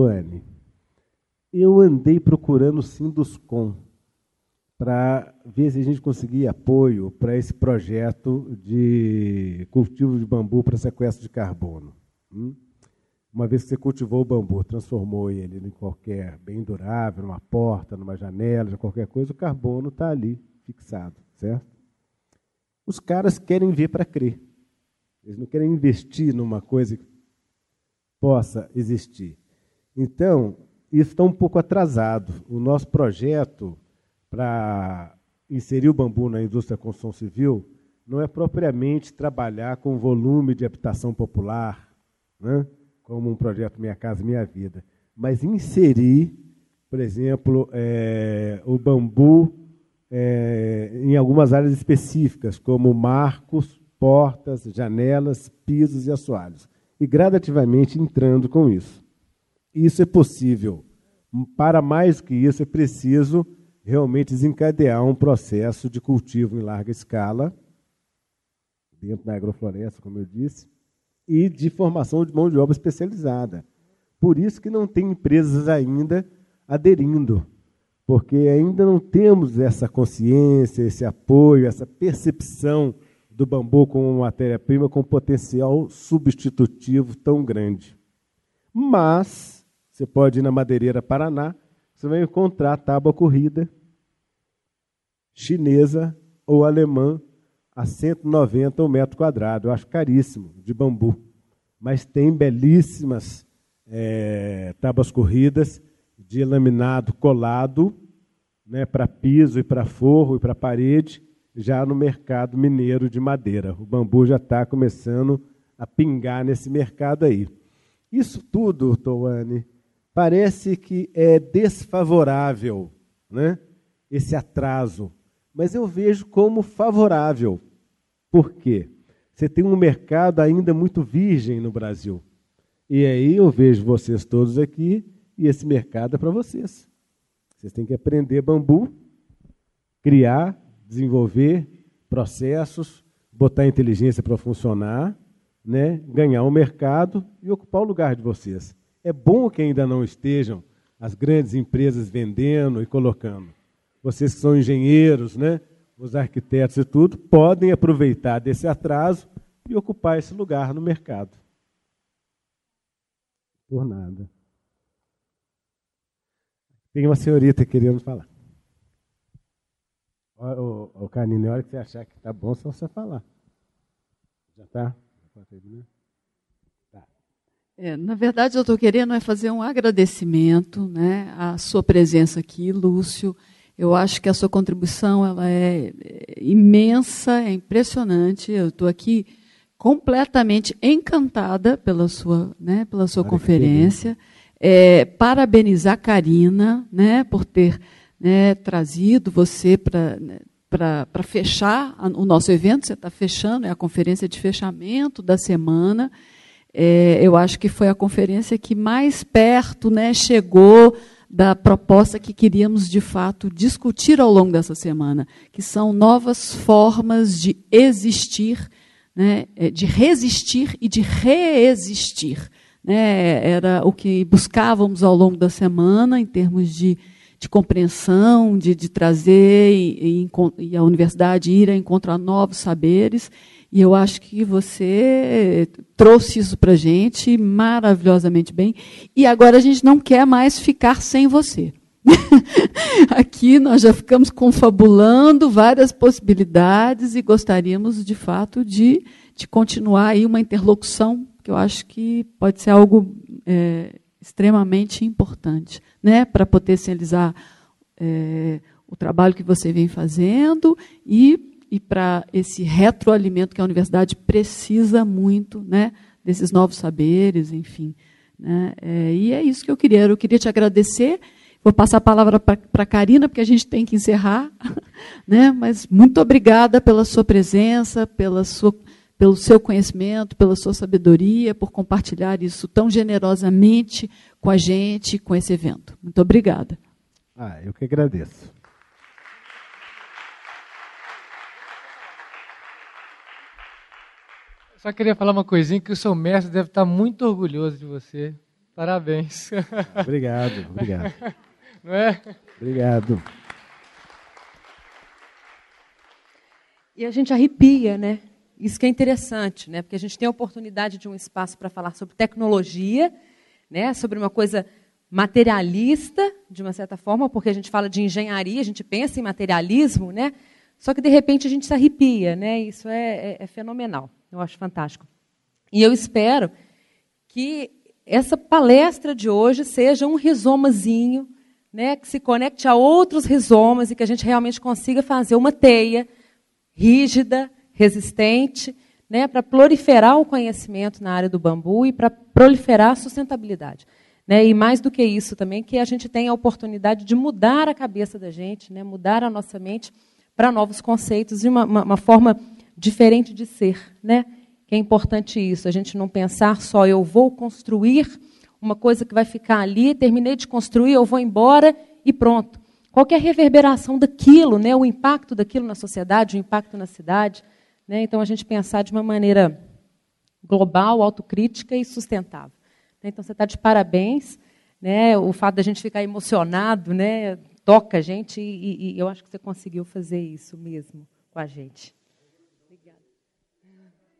S5: Eu andei procurando o Sinduscom para ver se a gente conseguia apoio para esse projeto de cultivo de bambu para sequestro de carbono. uma vez que você cultivou o bambu, transformou ele em qualquer bem durável, numa porta, numa janela, qualquer coisa, o carbono está ali fixado, certo? Os caras querem ver para crer. Eles não querem investir numa coisa que possa existir. Então, isso está um pouco atrasado. O nosso projeto para inserir o bambu na indústria da construção civil não é propriamente trabalhar com volume de habitação popular, né, como um projeto Minha Casa Minha Vida, mas inserir, por exemplo, o bambu em algumas áreas específicas, como marcos, portas, janelas, pisos e assoalhos, e gradativamente entrando com isso. Isso é possível. Para mais que isso, é preciso realmente desencadear um processo de cultivo em larga escala, dentro da agrofloresta, como eu disse, e de formação de mão de obra especializada. Por isso que não tem empresas ainda aderindo, porque ainda não temos essa consciência, esse apoio, essa percepção do bambu como uma matéria-prima com potencial substitutivo tão grande. Mas você pode ir na Madeireira Paraná, você vai encontrar tábua corrida chinesa ou alemã a 190 o metro quadrado. Eu acho caríssimo, de bambu. Mas tem belíssimas tábuas corridas de laminado colado, né, para piso e para forro e para parede, já no mercado mineiro de madeira. O bambu já está começando a pingar nesse mercado aí. Isso tudo, Toane, parece que é desfavorável, né, esse atraso, mas eu vejo como favorável. Por quê? Você tem um mercado ainda muito virgem no Brasil. E aí eu vejo vocês todos aqui, e esse mercado é para vocês. Vocês têm que aprender bambu, criar, desenvolver processos, botar inteligência para funcionar, né, ganhar um mercado e ocupar o lugar de vocês. É bom que ainda não estejam as grandes empresas vendendo e colocando. Vocês que são engenheiros, né, os arquitetos e tudo, podem aproveitar desse atraso e ocupar esse lugar no mercado. Por nada. Tem uma senhorita querendo falar. O Canine, na hora que você achar que está bom, só você falar. Já está? Tá.
S8: Na verdade, eu estou querendo fazer um agradecimento, né, à sua presença aqui, Lúcio. Eu acho que a sua contribuição ela é imensa, é impressionante. Eu estou aqui completamente encantada pela sua conferência. Parabenizar a Karina, né, por ter, né, trazido você para fechar o nosso evento. Você está fechando, é a conferência de fechamento da semana. Eu acho que foi a conferência que mais perto, né, chegou da proposta que queríamos, de fato, discutir ao longo dessa semana, que são novas formas de existir, né, de resistir e de reexistir. Né, era o que buscávamos ao longo da semana, em termos de compreensão, de trazer e a universidade ir a encontrar novos saberes. E eu acho que você trouxe isso para a gente maravilhosamente bem. E agora a gente não quer mais ficar sem você. Aqui nós já ficamos confabulando várias possibilidades e gostaríamos, de fato, de continuar aí uma interlocução, que eu acho que pode ser algo extremamente importante, né, para potencializar o trabalho que você vem fazendo e para esse retroalimento que a universidade precisa muito, né, desses novos saberes, enfim. Né, e é isso que eu queria te agradecer. Vou passar a palavra para a Karina, porque a gente tem que encerrar. Né, mas muito obrigada pela sua presença, pelo seu conhecimento, pela sua sabedoria, por compartilhar isso tão generosamente com a gente, com esse evento. Muito obrigada.
S5: Eu que agradeço.
S9: Só queria falar uma coisinha, que o seu mestre deve estar muito orgulhoso de você. Parabéns.
S5: Obrigado.
S9: Não é?
S5: Obrigado.
S10: E a gente arrepia, né?
S4: isso que é interessante, né? Porque a gente tem a oportunidade de um espaço para falar sobre tecnologia, né? Sobre uma coisa materialista, de uma certa forma, porque a gente fala de engenharia, a gente pensa em materialismo, né? Só que, de repente, a gente se arrepia, né? Isso é fenomenal, eu acho fantástico. E eu espero que essa palestra de hoje seja um rizomazinho, né? Que se conecte a outros rizomas e que a gente realmente consiga fazer uma teia rígida, resistente, né? Para proliferar o conhecimento na área do bambu e para proliferar a sustentabilidade. Né, e mais do que isso também, que a gente tenha a oportunidade de mudar a cabeça da gente, né, mudar a nossa mente para novos conceitos e uma forma diferente de ser. Né? Que é importante isso, a gente não pensar só eu vou construir uma coisa que vai ficar ali, terminei de construir, eu vou embora e pronto. Qual que é a reverberação daquilo, né, o impacto daquilo na sociedade, o impacto na cidade? Né? Então, a gente pensar de uma maneira global, autocrítica e sustentável. Então, você está de parabéns, né? O fato da gente ficar emocionado, né? Toca a gente e eu acho que você conseguiu fazer isso mesmo com a gente. Obrigada.